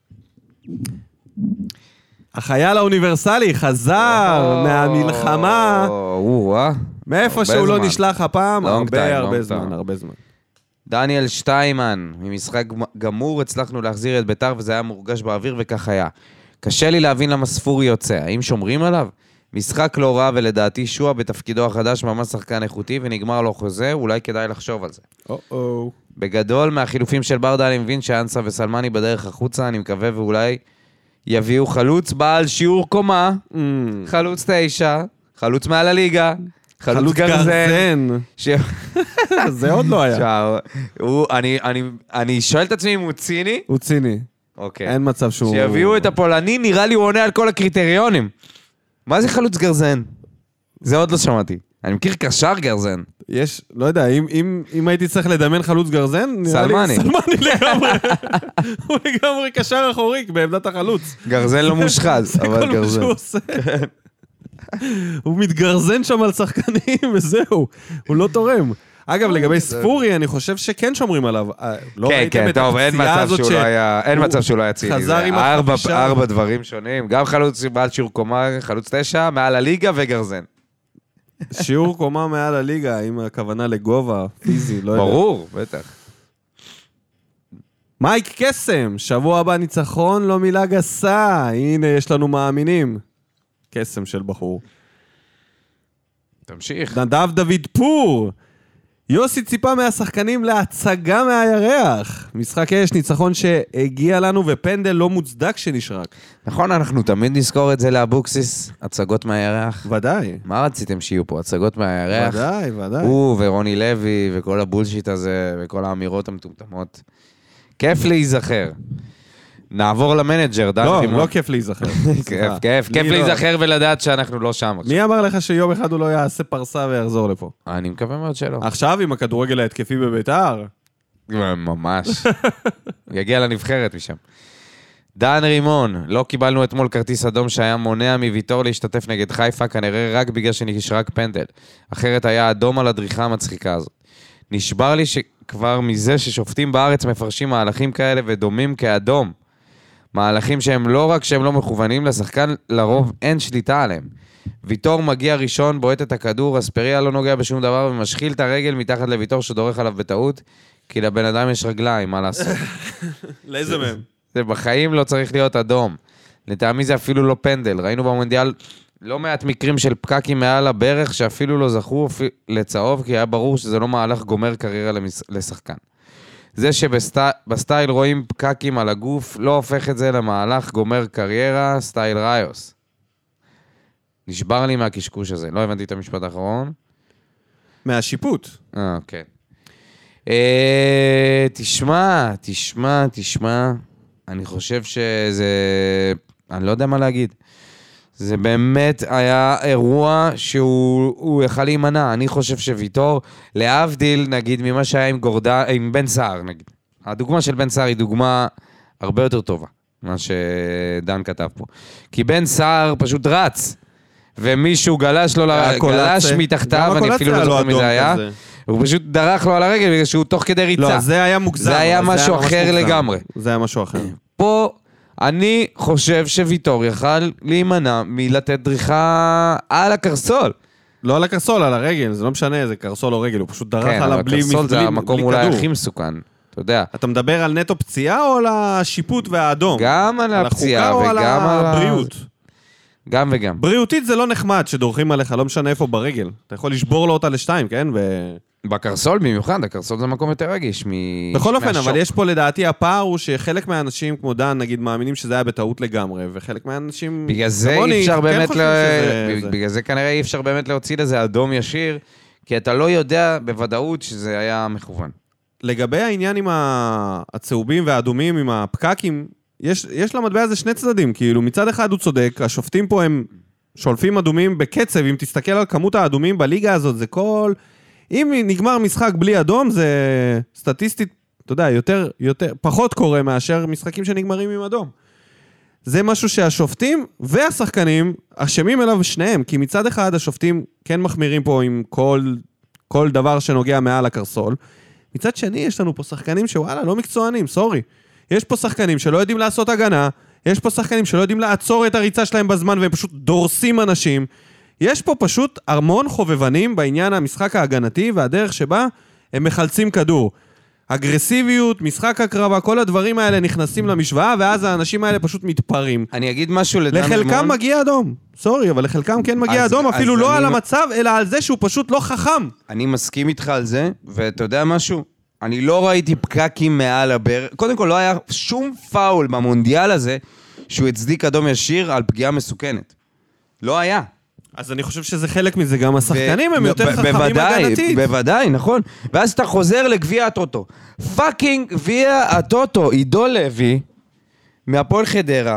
החייל האוניברסלי חזר מהמלחמה. מאיפה שהוא לא נשלח הפעם, הרבה הרבה זמן, הרבה זמן. דניאל שטיימן, ממשחק גמור הצלחנו להחזיר את ביתר וזה היה מורגש באוויר וכך היה. קשה לי להבין למה ספורי יוצא, האם שומרים עליו? משחק לא רע ולדעתי שועה בתפקידו החדש ממש שחקן איכותי ונגמר לו חוזה, אולי כדאי לחשוב על זה. או-או. בגדול מהחילופים של ברדה אני מבין שאנסה וסלמני בדרך החוצה, אני מקווה ואולי יביאו חלוץ בעל שיעור קומה, mm. חלוץ תשע, חלוץ מעל הליגה, חלוץ, חלוץ גרזן. ש... זה עוד לא היה. שער, הוא, אני, אני, אני שואל את עצמי אם הוא ציני. הוא ציני. אוקיי. אין מצב שהוא... שיביאו את הפולני, נראה לי הוא עונה על כל הקריטריונים. מה זה חלוץ גרזן? זה עוד לא שמעתי. אני מכיר קשר גרזן. יש, לא יודע, אם, אם, אם הייתי צריך לדמיין חלוץ גרזן, סלמני. סלמני לגמרי. הוא לגמרי קשר אחורי בעמדת החלוץ. גרזן לא מושחז, אבל גרזן. זה כל מה שהוא עושה. הוא מתגרזן שם על שחקנים, וזהו. הוא לא תורם. אגב, לגבי ספורי, אני חושב שכן שומרים עליו. כן, כן, טוב, אין מצב שהוא לא היה ציני. חזר עם החמישה. ארבע דברים שונים. גם חלוץ בעל שיעור קומה, חלוץ תשע, מעל הליגה וגרזן. שיעור קומה מעל הליגה, עם הכוונה לגובה, פיזי, לא יודע. ברור, בטח. מייק קסם, שבוע הבא ניצחון, לא מילה גסה. הנה, יש לנו מאמינים. קסם של בחור. תמשיך. נדב דוד פור. יוסי ציפה מהשחקנים להצגה מהירח. משחק אש, ניצחון שהגיע לנו ופנדל לא מוצדק שנשרק. נכון, אנחנו תמיד נזכור את זה לאבוקסיס, הצגות מהירח. ודאי. מה רציתם שיהיו פה? הצגות מהירח? ודאי, ודאי. הוא ורוני לוי וכל הבולשיט הזה וכל האמירות המטומטמות. כיף להיזכר. נעבור למנג'ר, דן לא, רימון. לא כיף להיזכר. כיף, כיף, כיף להיזכר ולדעת שאנחנו לא שם. מי אמר לך שיום אחד הוא לא יעשה פרסה ויחזור לפה? אני מקווה מאוד שלא. עכשיו עם הכדורגל ההתקפי בביתר? ממש. יגיע לנבחרת משם. דן רימון, לא קיבלנו אתמול כרטיס אדום שהיה מונע מוויטור להשתתף נגד חיפה, כנראה רק בגלל שנשרק פנדל. אחרת היה אדום על הדריכה המצחיקה הזאת. נשבר לי שכבר מזה ששופטים בארץ מפרשים מהלכים כאלה ודומים כאדום. מהלכים שהם לא רק שהם לא מכוונים לשחקן, לרוב אין שליטה עליהם. ויטור מגיע ראשון, בועט את הכדור, אספריה לא נוגע בשום דבר ומשחיל את הרגל מתחת לויטור שדורך עליו בטעות, כי לבן אדם יש רגליים, מה לעשות? לאיזה מהם? זה בחיים לא צריך להיות אדום. לטעמי זה אפילו לא פנדל. ראינו במונדיאל לא מעט מקרים של פקקים מעל הברך, שאפילו לא זכו לצהוב, כי היה ברור שזה לא מהלך גומר קריירה לשחקן. זה שבסטייל רואים פקקים על הגוף, לא הופך את זה למהלך גומר קריירה, סטייל ראיוס. נשבר לי מהקשקוש הזה, לא הבנתי את המשפט האחרון. מהשיפוט. אה, כן. אה, תשמע, תשמע, תשמע, אני חושב שזה, אני לא יודע מה להגיד. זה באמת היה אירוע שהוא יכל להימנע. אני חושב שוויתור, להבדיל, נגיד, ממה שהיה עם גורדה, עם בן סער, נגיד. הדוגמה של בן סער היא דוגמה הרבה יותר טובה, מה שדן כתב פה. כי בן סער פשוט רץ, ומישהו גלש לו, גלש מתחתיו, אני אפילו לא זוכר מי זה היה. הוא פשוט דרך לו על הרגל, בגלל שהוא תוך כדי ריצה. לא, זה היה מוגזם. זה היה משהו אחר לגמרי. זה היה משהו אחר. פה אני חושב שוויתור יכל להימנע מלתת דריכה על הקרסול. לא על הקרסול, על הרגל, זה לא משנה, זה קרסול או רגל, הוא פשוט דרך עליו בלי כדור. כן, הקרסול זה המקום אולי הכי מסוכן, אתה יודע. אתה מדבר על נטו פציעה או על השיפוט והאדום? גם על הפציעה וגם על הבריאות. גם וגם. בריאותית זה לא נחמד שדורכים עליך, לא משנה איפה ברגל. אתה יכול לשבור לו אותה לשתיים, כן? ו... בקרסול במיוחד, הקרסול זה מקום יותר רגיש. בכל אופן, אבל יש פה לדעתי הפער הוא שחלק מהאנשים כמו דן, נגיד, מאמינים שזה היה בטעות לגמרי, וחלק מהאנשים... בגלל זה אי אפשר באמת... בגלל זה כנראה אי אפשר באמת להוציא לזה אדום ישיר, כי אתה לא יודע בוודאות שזה היה מכוון. לגבי העניין עם הצהובים והאדומים, עם הפקקים, יש, יש למטבע הזה שני צדדים, כאילו מצד אחד הוא צודק, השופטים פה הם שולפים אדומים בקצב, אם תסתכל על כמות האדומים בליגה הזאת, זה כל... אם נגמר משחק בלי אדום, זה סטטיסטית, אתה יודע, יותר, יותר, פחות קורה מאשר משחקים שנגמרים עם אדום. זה משהו שהשופטים והשחקנים אשמים אליו שניהם, כי מצד אחד השופטים כן מחמירים פה עם כל, כל דבר שנוגע מעל הקרסול, מצד שני יש לנו פה שחקנים שוואלה, לא מקצוענים, סורי. יש פה שחקנים שלא יודעים לעשות הגנה, יש פה שחקנים שלא יודעים לעצור את הריצה שלהם בזמן, והם פשוט דורסים אנשים. יש פה פשוט המון חובבנים בעניין המשחק ההגנתי, והדרך שבה הם מחלצים כדור. אגרסיביות, משחק הקרבה, כל הדברים האלה נכנסים למשוואה, ואז האנשים האלה פשוט מתפרים. אני אגיד משהו לדן רמון. לחלקם מגיע אדום. סורי, אבל לחלקם כן מגיע אז, אדום, אז אפילו לא על אני... המצב, אלא על זה שהוא פשוט לא חכם. אני מסכים איתך על זה, ואתה יודע משהו? אני לא ראיתי פקקים מעל הבר... קודם כל, לא היה שום פאול במונדיאל הזה, שהוא הצדיק אדום ישיר על פגיעה מסוכנת. לא היה. אז אני חושב שזה חלק מזה, גם השחקנים הם יותר חכמים הגנתית. בוודאי, נכון. ואז אתה חוזר לגביע הטוטו. פאקינג גביע הטוטו, עידו לוי, מהפועל חדרה,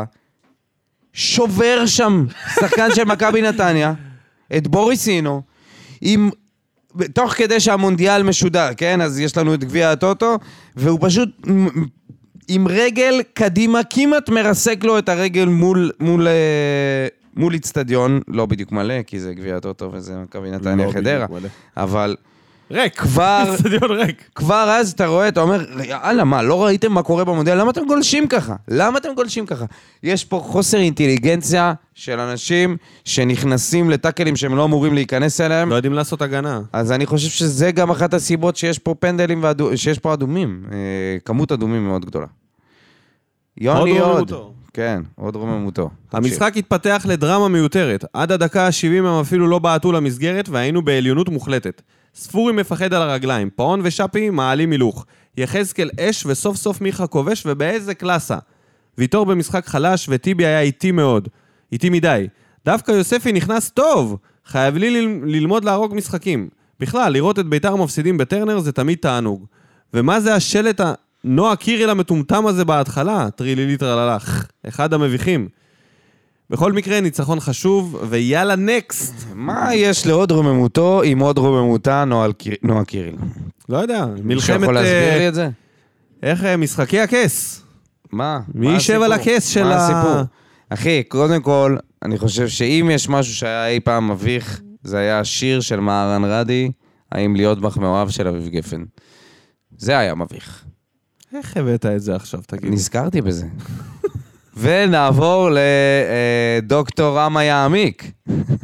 שובר שם שחקן של מכבי נתניה, את בוריסינו, עם... תוך כדי שהמונדיאל משודר, כן? אז יש לנו את גביע הטוטו, והוא פשוט עם רגל קדימה, כמעט מרסק לו את הרגל מול... מול מול אצטדיון, לא בדיוק מלא, כי זה גביע הטוטו וזה מכבי נתניה חדרה, אבל ריק, כבר, אצטדיון ריק. כבר אז אתה רואה, אתה אומר, יאללה, מה, לא ראיתם מה קורה במונדיאל? למה אתם גולשים ככה? למה אתם גולשים ככה? יש פה חוסר אינטליגנציה של אנשים שנכנסים לטאקלים שהם לא אמורים להיכנס אליהם. לא יודעים לעשות הגנה. אז אני חושב שזה גם אחת הסיבות שיש פה פנדלים, שיש פה אדומים, כמות אדומים מאוד גדולה. יוני עוד. כן, עוד רוממותו. המשחק התפתח לדרמה מיותרת. עד הדקה ה-שבעים הם אפילו לא בעטו למסגרת, והיינו בעליונות מוחלטת. ספורי מפחד על הרגליים, פאון ושפי מעלים מילוך. יחזקאל אש וסוף סוף מיכה כובש, ובאיזה קלאסה. ויתור במשחק חלש, וטיבי היה איטי מאוד. איטי מדי. דווקא יוספי נכנס טוב. חייב לי ללמוד להרוג משחקים. בכלל, לראות את ביתר מפסידים בטרנר זה תמיד תענוג. ומה זה השלט ה... נועה קיריל המטומטם הזה בהתחלה, טריליליטר על הלך, אחד המביכים. בכל מקרה, ניצחון חשוב, ויאללה נקסט. מה יש לעוד רוממותו עם עוד רוממותה נועה קיריל? לא יודע, מלחמת... יכול להסביר לי את זה? איך משחקי הכס? מה? מי יישב על הכס של ה... מה הסיפור? אחי, קודם כל, אני חושב שאם יש משהו שהיה אי פעם מביך, זה היה השיר של מהרן רדי, האם להיות בך מאוהב של אביב גפן. זה היה מביך. איך הבאת את זה עכשיו, תגיד? נזכרתי בזה. ונעבור לדוקטור רמה יעמיק.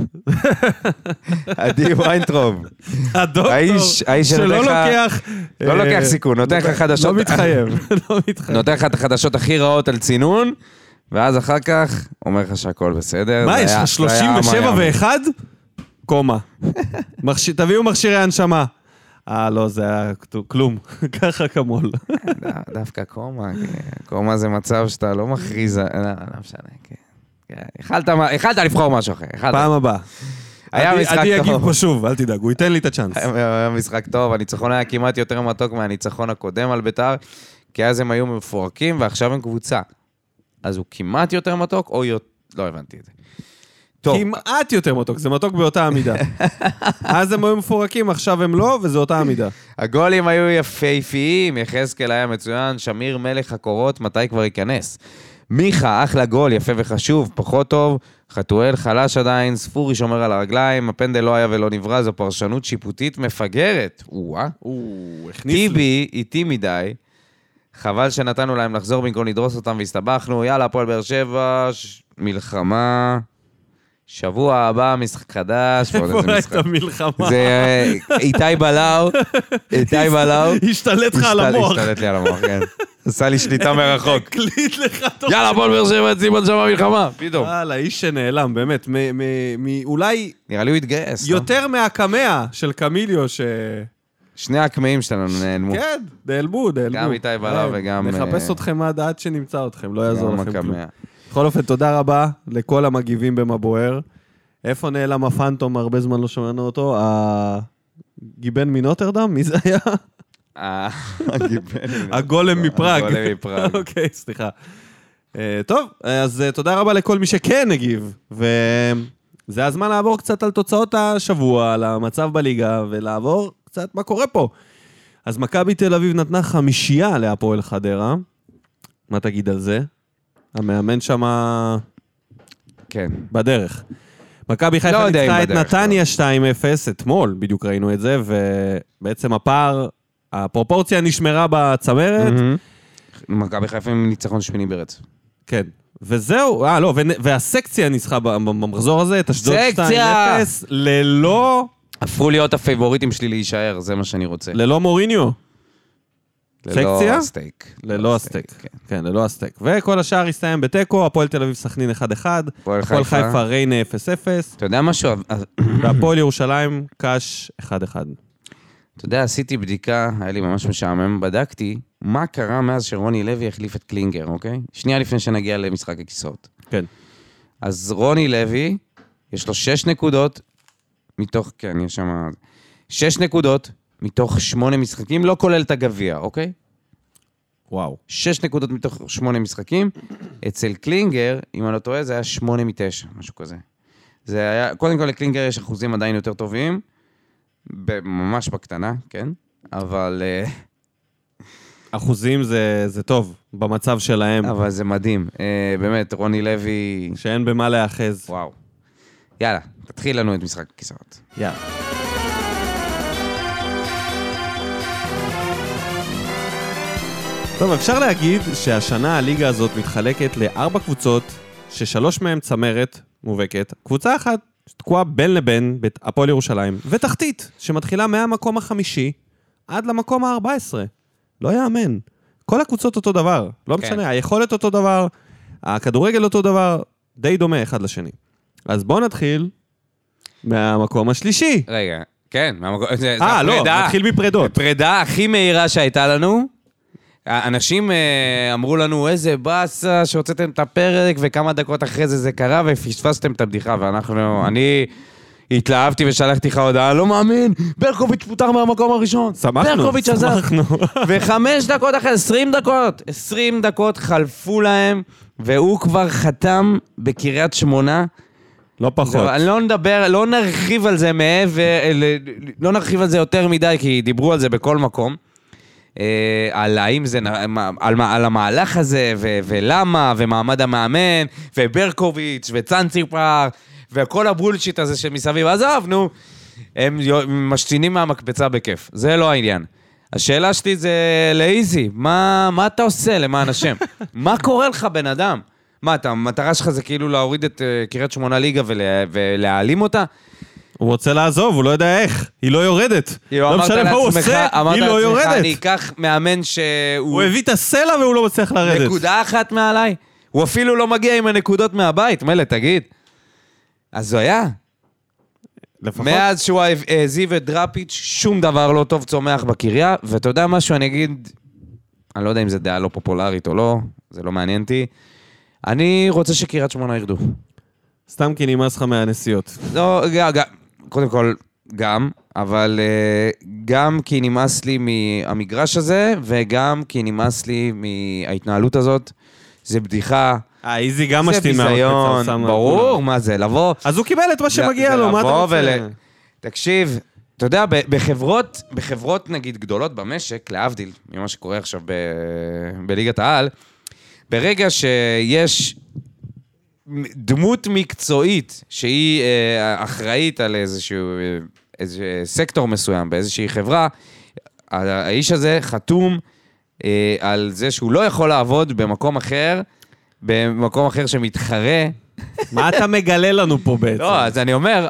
עדי ויינטרוב. הדוקטור שלא לוקח... לא לוקח סיכון, נותן לך חדשות... לא מתחייב, לא מתחייב. נותן לך את החדשות הכי רעות על צינון, ואז אחר כך אומר לך שהכל בסדר. מה, יש לך שלושים ושבע ואחד? קומה. תביאו מכשירי הנשמה. אה, לא, זה היה כלום. ככה כמול. דווקא קומה, קומה זה מצב שאתה לא מכריז... לא, לא משנה, יכלת לבחור משהו אחר. פעם הבאה. היה משחק טוב. עדי יגיב פה שוב, אל תדאג, הוא ייתן לי את הצ'אנס. היה משחק טוב, הניצחון היה כמעט יותר מתוק מהניצחון הקודם על בית"ר, כי אז הם היו מפורקים ועכשיו הם קבוצה. אז הוא כמעט יותר מתוק, או יותר... לא הבנתי את זה. כמעט יותר מתוק, זה מתוק באותה עמידה. אז הם היו מפורקים, עכשיו הם לא, וזה אותה עמידה. הגולים היו יפהפיים, יחזקאל היה מצוין, שמיר מלך הקורות, מתי כבר ייכנס? מיכה, אחלה גול, יפה וחשוב, פחות טוב, חתואל חלש עדיין, ספורי שומר על הרגליים, הפנדל לא היה ולא נברא, זו פרשנות שיפוטית מפגרת. וואה. טיבי, איטי מדי, חבל שנתנו להם לחזור במקום לדרוס אותם והסתבכנו, יאללה, הפועל באר שבע, מלחמה... שבוע הבא, משחק חדש. איפה הייתה מלחמה? זה איתי בלאו, איתי בלאו. השתלט לך על המוח. השתלט לי על המוח, כן. עשה לי שליטה מרחוק. הקליט לך טוב. יאללה, בוא נבר שבע, צימון שם המלחמה, פתאום. יאללה, איש שנעלם, באמת, אולי... נראה לי הוא התגייס. יותר מהקמע של קמיליו ש... שני הקמאים שלנו נעלמו. כן, נעלמו, נעלמו. גם איתי בלאו וגם... נחפש אתכם עד שנמצא אתכם, לא יעזור לכם כלום. בכל אופן, תודה רבה לכל המגיבים במבוער. איפה נעלם הפנטום? הרבה זמן לא שמענו אותו. הגיבן מנוטרדם? מי זה היה? הגולם מפראג. הגולם מפראג. אוקיי, סליחה. טוב, אז תודה רבה לכל מי שכן הגיב. וזה הזמן לעבור קצת על תוצאות השבוע, על המצב בליגה, ולעבור קצת מה קורה פה. אז מכבי תל אביב נתנה חמישייה להפועל חדרה. מה תגיד על זה? המאמן שמה... כן. בדרך. מכבי חיפה ניצחה את נתניה שתיים אפס, אתמול בדיוק ראינו את זה, ובעצם הפער, הפרופורציה נשמרה בצמרת. מכבי חיפה עם ניצחון שמיני ברצף. כן. וזהו, אה לא, והסקציה ניצחה במחזור הזה, את אשדוד שתיים אפס, ללא... הפכו להיות הפייבוריטים שלי להישאר, זה מה שאני רוצה. ללא מוריניו. ללא הסטייק. ללא הסטייק, כן, ללא הסטייק. וכל השאר הסתיים בטקו, הפועל תל אביב סכנין אחד אחד, הפועל חיפה ריינה אפס אפס. אתה יודע משהו? והפועל ירושלים קש אחד אחד. אתה יודע, עשיתי בדיקה, היה לי ממש משעמם, בדקתי מה קרה מאז שרוני לוי החליף את קלינגר, אוקיי? שנייה לפני שנגיע למשחק הכיסאות. כן. אז רוני לוי, יש לו שש נקודות, מתוך, כן, יש שם... שש נקודות, מתוך שמונה משחקים, לא כולל את הגביע, אוקיי? וואו. שש נקודות מתוך שמונה משחקים. אצל קלינגר, אם אני לא טועה, זה היה שמונה מתשע, משהו כזה. זה היה, קודם כל לקלינגר יש אחוזים עדיין יותר טובים, ממש בקטנה, כן? אבל... אחוזים זה, זה טוב, במצב שלהם. אבל זה מדהים. באמת, רוני לוי... שאין במה להאחז. וואו. יאללה, תתחיל לנו את משחק הכיסאות. יאללה. טוב, אפשר להגיד שהשנה הליגה הזאת מתחלקת לארבע קבוצות, ששלוש מהן צמרת מובהקת. קבוצה אחת תקועה בין לבין, הפועל ירושלים, ותחתית, שמתחילה מהמקום החמישי עד למקום ה-ארבע עשרה. לא יאמן. כל הקבוצות אותו דבר, לא כן. משנה, היכולת אותו דבר, הכדורגל אותו דבר, די דומה אחד לשני. אז בואו נתחיל מהמקום השלישי. רגע, כן, מהמקום... אה, לא, נתחיל מפרדות. פרדה הכי מהירה שהייתה לנו, האנשים אמרו לנו איזה בסה שהוצאתם את הפרק וכמה דקות אחרי זה זה קרה ופספסתם את הבדיחה ואנחנו, אני התלהבתי ושלחתי לך הודעה, לא מאמין, ברקוביץ' פוטר מהמקום הראשון. שמחנו, ברקוביץ' עזר. וחמש דקות אחרי, עשרים דקות, עשרים דקות חלפו להם והוא כבר חתם בקריית שמונה. לא פחות. אני לא נדבר, לא נרחיב על זה מעבר, לא נרחיב על זה יותר מדי כי דיברו על זה בכל מקום. על האם זה, על, על המהלך הזה, ו, ולמה, ומעמד המאמן, וברקוביץ', וצנציפר, וכל הבולשיט הזה שמסביב, עזוב, נו, הם משתינים מהמקפצה בכיף, זה לא העניין. השאלה שלי זה לאיזי, מה, מה אתה עושה למען השם? מה קורה לך בן אדם? מה, אתה, המטרה שלך זה כאילו להוריד את uh, קריית שמונה ליגה ולה, ולהעלים אותה? הוא רוצה לעזוב, הוא לא יודע איך. היא לא יורדת. לא משנה מה הוא עושה, היא לא יורדת. אני אקח מאמן שהוא... הוא הביא את הסלע והוא לא מצליח לרדת. נקודה אחת מעליי. הוא אפילו לא מגיע עם הנקודות מהבית. מלא, תגיד. אז זו היה. לפחות. מאז שהוא העזיב את דראפיץ', שום דבר לא טוב צומח בקריה, ואתה יודע משהו, אני אגיד, אני לא יודע אם זה דעה לא פופולרית או לא, זה לא מעניין אותי. אני רוצה שקריית שמונה ירדו. סתם כי נמאס לך מהנסיעות. לא, קודם כל, גם, אבל גם כי נמאס לי מהמגרש הזה, וגם כי נמאס לי מההתנהלות הזאת. זה בדיחה. אה, איזי גם משתין מהמקפצה. זה ביזיון, ברור, מה זה, לבוא... אז הוא קיבל את מה שמגיע לו, מה אתה רוצה? תקשיב, אתה יודע, בחברות, בחברות נגיד גדולות במשק, להבדיל ממה שקורה עכשיו בליגת העל, ברגע שיש דמות מקצועית שהיא אחראית על איזשהו סקטור מסוים באיזושהי חברה, האיש הזה חתום על זה שהוא לא יכול לעבוד במקום אחר, במקום אחר שמתחרה. מה אתה מגלה לנו פה בעצם? לא, אז אני אומר,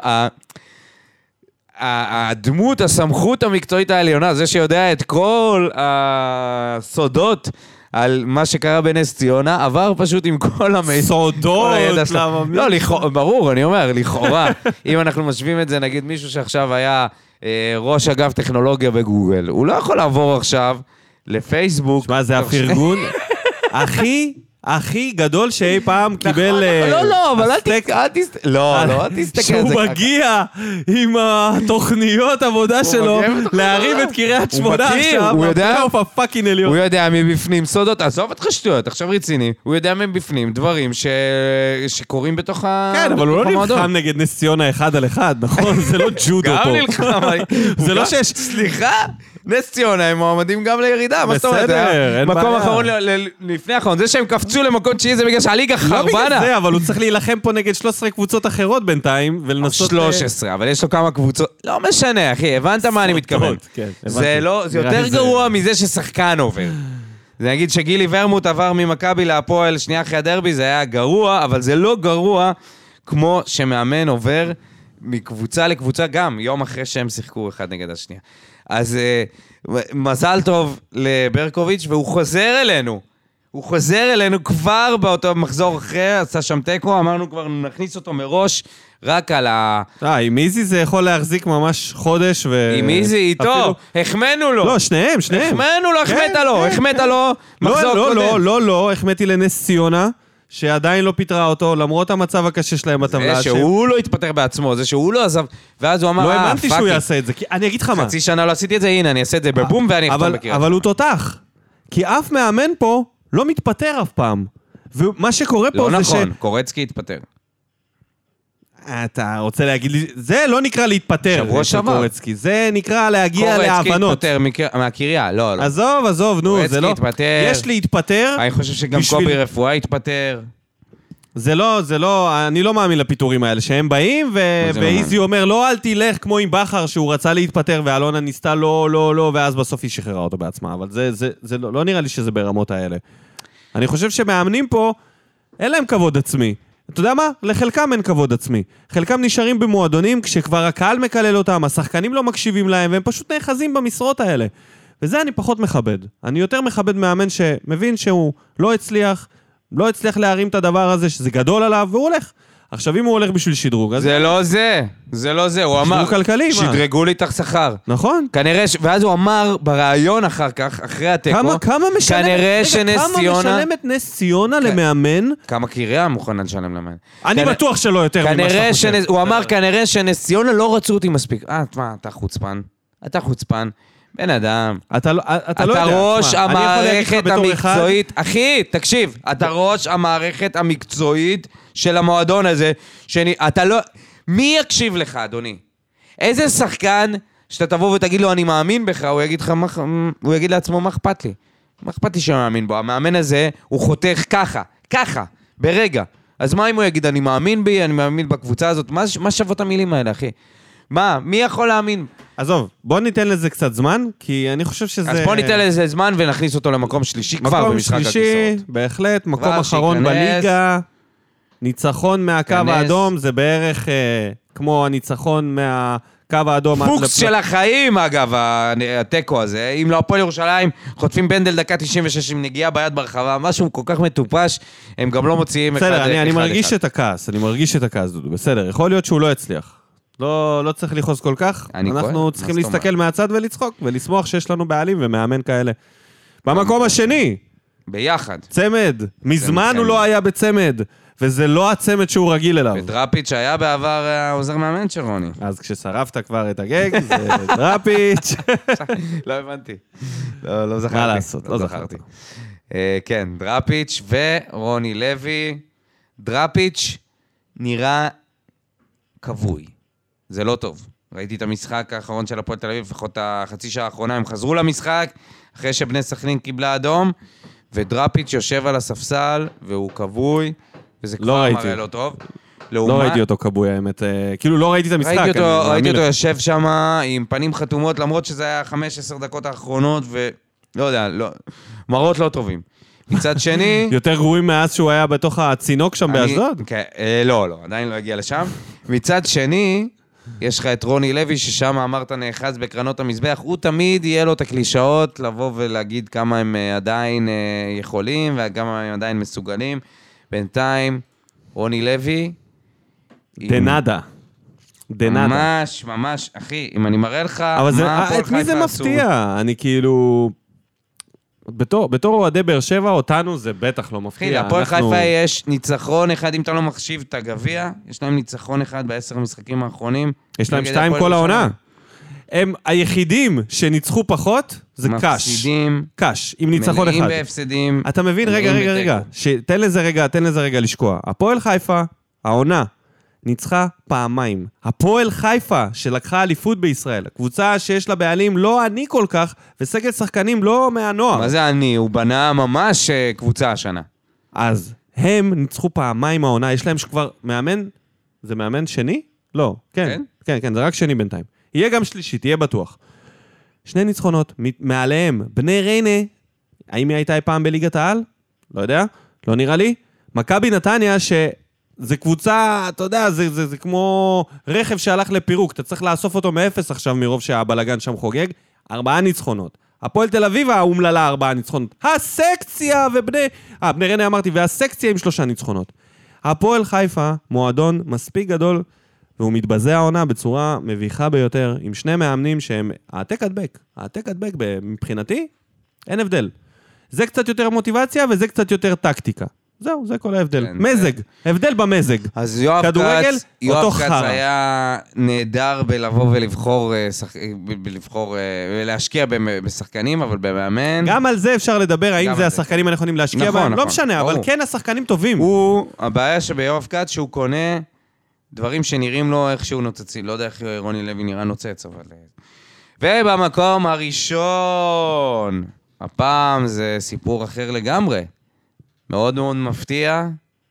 הדמות, הסמכות המקצועית העליונה, זה שיודע את כל הסודות על מה שקרה בנס ציונה, עבר פשוט עם כל המידע. סודות? לא, ברור, אני אומר, לכאורה. אם אנחנו משווים את זה, נגיד מישהו שעכשיו היה ראש אגף טכנולוגיה בגוגל, הוא לא יכול לעבור עכשיו לפייסבוק. שמה, זה הפרגון הכי... הכי גדול שאי פעם קיבל... לא, לא, אבל אל תסתכל... לא, לא, אל תסתכל. שהוא מגיע עם התוכניות עבודה שלו, להרים את קריית שמונה עכשיו, בפלייאוף הפאקינג עליון. הוא יודע מבפנים סודות, עזוב אותך שטויות, עכשיו רציני, הוא יודע מבפנים דברים שקורים בתוך המועדון. כן, אבל הוא לא נלחם נגד נס ציונה אחד על אחד, נכון? זה לא ג'ודו פה. גם נלחם. זה לא שיש... סליחה? נס ציונה הם מועמדים גם לירידה, מה זאת אומרת? בסדר, אין בעיה. מקום אחרון לפני האחרון, זה שהם קפצו למקום תשיעי זה בגלל שהליגה חרבנה. לא בגלל זה, אבל הוא צריך להילחם פה נגד שלוש עשרה קבוצות אחרות בינתיים, ולנסות... שלוש עשרה, אבל יש לו כמה קבוצות... לא משנה, אחי, הבנת מה אני מתכוון. זה יותר גרוע מזה ששחקן עובר. זה נגיד שגילי ורמוט עבר ממכבי להפועל שנייה אחרי הדרבי, זה היה גרוע, אבל זה לא גרוע כמו שמאמן עובר מקבוצה לקבוצה גם, יום אחרי שהם שיחקו אחד נגד השנייה. אז uh, מזל טוב לברקוביץ' והוא חוזר אלינו. הוא חוזר אלינו כבר באותו מחזור אחרי, עשה שם טקו, אמרנו כבר נכניס אותו מראש רק על ה... אה, עם איזי זה יכול להחזיק ממש חודש ו... עם איזי איתו, החמנו לו. לא, שניהם, שניהם. החמנו לו, החמת לו, החמת לו מחזור קודם. לא, לא, לא, לא, החמתי לנס ציונה. שעדיין לא פיתרה אותו, למרות המצב הקשה שלהם בטבלה. זה שהוא לא התפטר בעצמו, זה שהוא לא עזב, ואז הוא אמר, לא האמנתי שהוא יעשה את זה, אני אגיד לך מה. חצי שנה לא עשיתי את זה, הנה, אני אעשה את זה בבום ואני אחתום בקריאה. אבל הוא תותח, כי אף מאמן פה לא מתפטר אף פעם. ומה שקורה פה זה ש... לא נכון, קורצקי התפטר. אתה רוצה להגיד לי, זה לא נקרא להתפטר. שבוע שעבר. זה נקרא להגיע להבנות. קורצקי התפטר מהקריה, לא, לא. עזוב, עזוב, נו, זה לא... קורצקי התפטר. יש להתפטר. אני חושב שגם קובי רפואה התפטר. זה לא, זה לא, אני לא מאמין לפיתורים האלה, שהם באים ואיזי אומר, לא, אל תלך כמו עם בחר, שהוא רצה להתפטר, ואלונה ניסתה לא, לא, לא, ואז בסוף היא שחררה אותו בעצמה, אבל זה, זה, זה לא, לא נראה לי שזה ברמות האלה. אני חושב שמאמנים פה, אין להם כבוד עצמי. אתה יודע מה? לחלקם אין כבוד עצמי. חלקם נשארים במועדונים, כשכבר הקהל מקלל אותם, השחקנים לא מקשיבים להם, והם פשוט נאחזים במשרות האלה. וזה אני פחות מכבד. אני יותר מכבד מאמן שמבין שהוא לא הצליח, לא הצליח להרים את הדבר הזה, שזה גדול עליו, והוא הולך. עכשיו, אם הוא הולך בשביל שדרוג, זה לא זה, זה לא זה, הוא אמר, כלכלי, שדרגו לי תח שכר. נכון. כנראה, ואז הוא אמר ברעיון אחר כך, אחרי הטקו, כמה, כמה משלמת, כנראה רגע, שנס כמה ציונה, משלמת נס ציונה למאמן? כמה קריאה מוכנה לשלם למאמן? אני כנ... בטוח שלא יותר ממה שאתה חושב. שנס... הוא אמר, כנראה שנס ציונה לא רצו אותי מספיק. אה, מה, אתה חוצפן. אתה חוצפן. בן אדם. אתה לא, אתה אתה לא יודע. אתה ראש המערכת המקצועית. אחי, תקשיב, אתה ראש המערכת המקצועית של המועדון הזה, שאני, אתה לא... מי יקשיב לך, אדוני? איזה שחקן שאתה תבוא ותגיד לו, אני מאמין בך, הוא יגיד לך, הוא יגיד לעצמו, מה אכפת לי? מה אכפת לי שאני מאמין בו? המאמן הזה, הוא חותך ככה, ככה, ברגע. אז מה אם הוא יגיד, אני מאמין בי, אני מאמין בקבוצה הזאת? מה, מה שוות המילים האלה, אחי? מה? מי יכול להאמין? עזוב, בוא ניתן לזה קצת זמן, כי אני חושב שזה... אז בוא ניתן לזה זמן ונכניס אותו למקום שלישי כבר במשחק הכיסאות. מקום שלישי, בהחלט, מקום אחרון בליגה, ניצחון מהקו האדום, זה בערך אה, כמו הניצחון מהקו האדום. פוקס של החיים, אגב, הטקו הזה. אם לא הפועל ירושלים, חוטפים בנדל דקה תשעים ושש עם נגיעה ביד ברחבה, משהו כל כך מטופש, הם גם לא מוציאים אחד אחד. בסדר, אני מרגיש את הכעס, אני מרגיש את הכעס, דודו, בסדר, יכול להיות שהוא לא יצליח. לא, לא צריך לחוץ כל כך, אנחנו צריכים להסתכל מהצד ולצחוק, ולשמוח שיש לנו בעלים ומאמן כאלה. במקום השני, ביחד. צמד, מזמן הוא לא היה בצמד, וזה לא הצמד שהוא רגיל אליו. ודראפיץ' היה בעבר העוזר מאמן של רוני. אז כששרפת כבר את הגג, זה דראפיץ'. לא הבנתי. לא זכרתי. מה לעשות, לא זכרתי. כן, דראפיץ' ורוני לוי. דראפיץ' נראה כבוי. זה לא טוב. ראיתי את המשחק האחרון של הפועל תל אביב, לפחות החצי שעה האחרונה, הם חזרו למשחק, אחרי שבני סכנין קיבלה אדום, ודראפיץ' יושב על הספסל, והוא כבוי, וזה כבר מראה לא טוב. לא ראיתי אותו כבוי, האמת. כאילו, לא ראיתי את המשחק. ראיתי אותו יושב שם עם פנים חתומות, למרות שזה היה חמש עשר דקות האחרונות, ולא יודע, מראות לא טובים. מצד שני... יותר גרועים מאז שהוא היה בתוך הצינוק שם באשדוד? לא, לא, עדיין לא הגיע לשם. מצד שני, יש לך את רוני לוי, ששם אמרת נאחז בקרנות המזבח, הוא תמיד יהיה לו את הקלישאות לבוא ולהגיד כמה הם עדיין יכולים, וכמה הם עדיין מסוגלים. בינתיים, רוני לוי... דנדה. דנדה. ממש, ממש, אחי, אם אני מראה לך... אבל את מי זה מפתיע? אני כאילו... בתור, בתור אוהדי באר שבע, אותנו זה בטח לא מפתיע. אחי, לפועל חיפה יש ניצחון אחד, אם אתה לא מחשיב את הגביע, יש להם ניצחון אחד בעשר המשחקים האחרונים. יש להם שתיים כל העונה. הם היחידים שניצחו פחות, זה קש. מפסידים. קש, עם ניצחון אחד. מלאים בהפסדים. אתה מבין, רגע, רגע, רגע. תן לזה רגע, תן לזה רגע לשקוע. הפועל חיפה, העונה, ניצחה פעמיים. הפועל חיפה, שלקחה אליפות בישראל, הקבוצה שיש לה בעלים לא עני כל כך, וסגל שחקנים לא מהנוער. מה זה עני? הוא בנה ממש קבוצה השנה. אז הם ניצחו פעמיים העונה, יש להם שכבר מאמן, זה מאמן שני? לא, כן, כן, כן, כן, זה רק שני בינתיים. יהיה גם שלישי, תהיה בטוח. שני ניצחונות, מעליהם, בני ריינה, האם היא הייתה פעם בליגת העל? לא יודע, לא נראה לי. מכבי נתניה, שזה קבוצה, אתה יודע, זה, זה, זה כמו רכב שהלך לפירוק, אתה צריך לאסוף אותו מאפס עכשיו, מרוב שהבלגן שם חוגג, ארבעה ניצחונות. הפועל תל אביב האומללה ארבעה ניצחונות. הסקציה ובני... אה, בני ריינה אמרתי, והסקציה עם שלושה ניצחונות. הפועל חיפה, מועדון מספיק גדול, והוא מתבזה העונה בצורה מביכה ביותר, עם שני מאמנים שהם העתק הדבק. העתק הדבק מבחינתי, אין הבדל. זה קצת יותר מוטיבציה, וזה קצת יותר טקטיקה. זהו, זה כל ההבדל. מזג, הבדל במזג. אז יואב כץ, יואב כץ היה נהדר בלבוא ולבחור, בלבחור, להשקיע בשחקנים, אבל במאמן. גם על זה אפשר לדבר, האם זה השחקנים הנכונים להשקיע בהם? לא משנה, אבל כן השחקנים טובים. הוא, הבעיה שביואב כץ שהוא קונה דברים שנראים לו איך שהוא נוצצי, לא יודע איך רוני לוי נראה נוצץ, אבל... ובמקום הראשון, הפעם זה סיפור אחר לגמרי. מאוד מאוד מפתיע.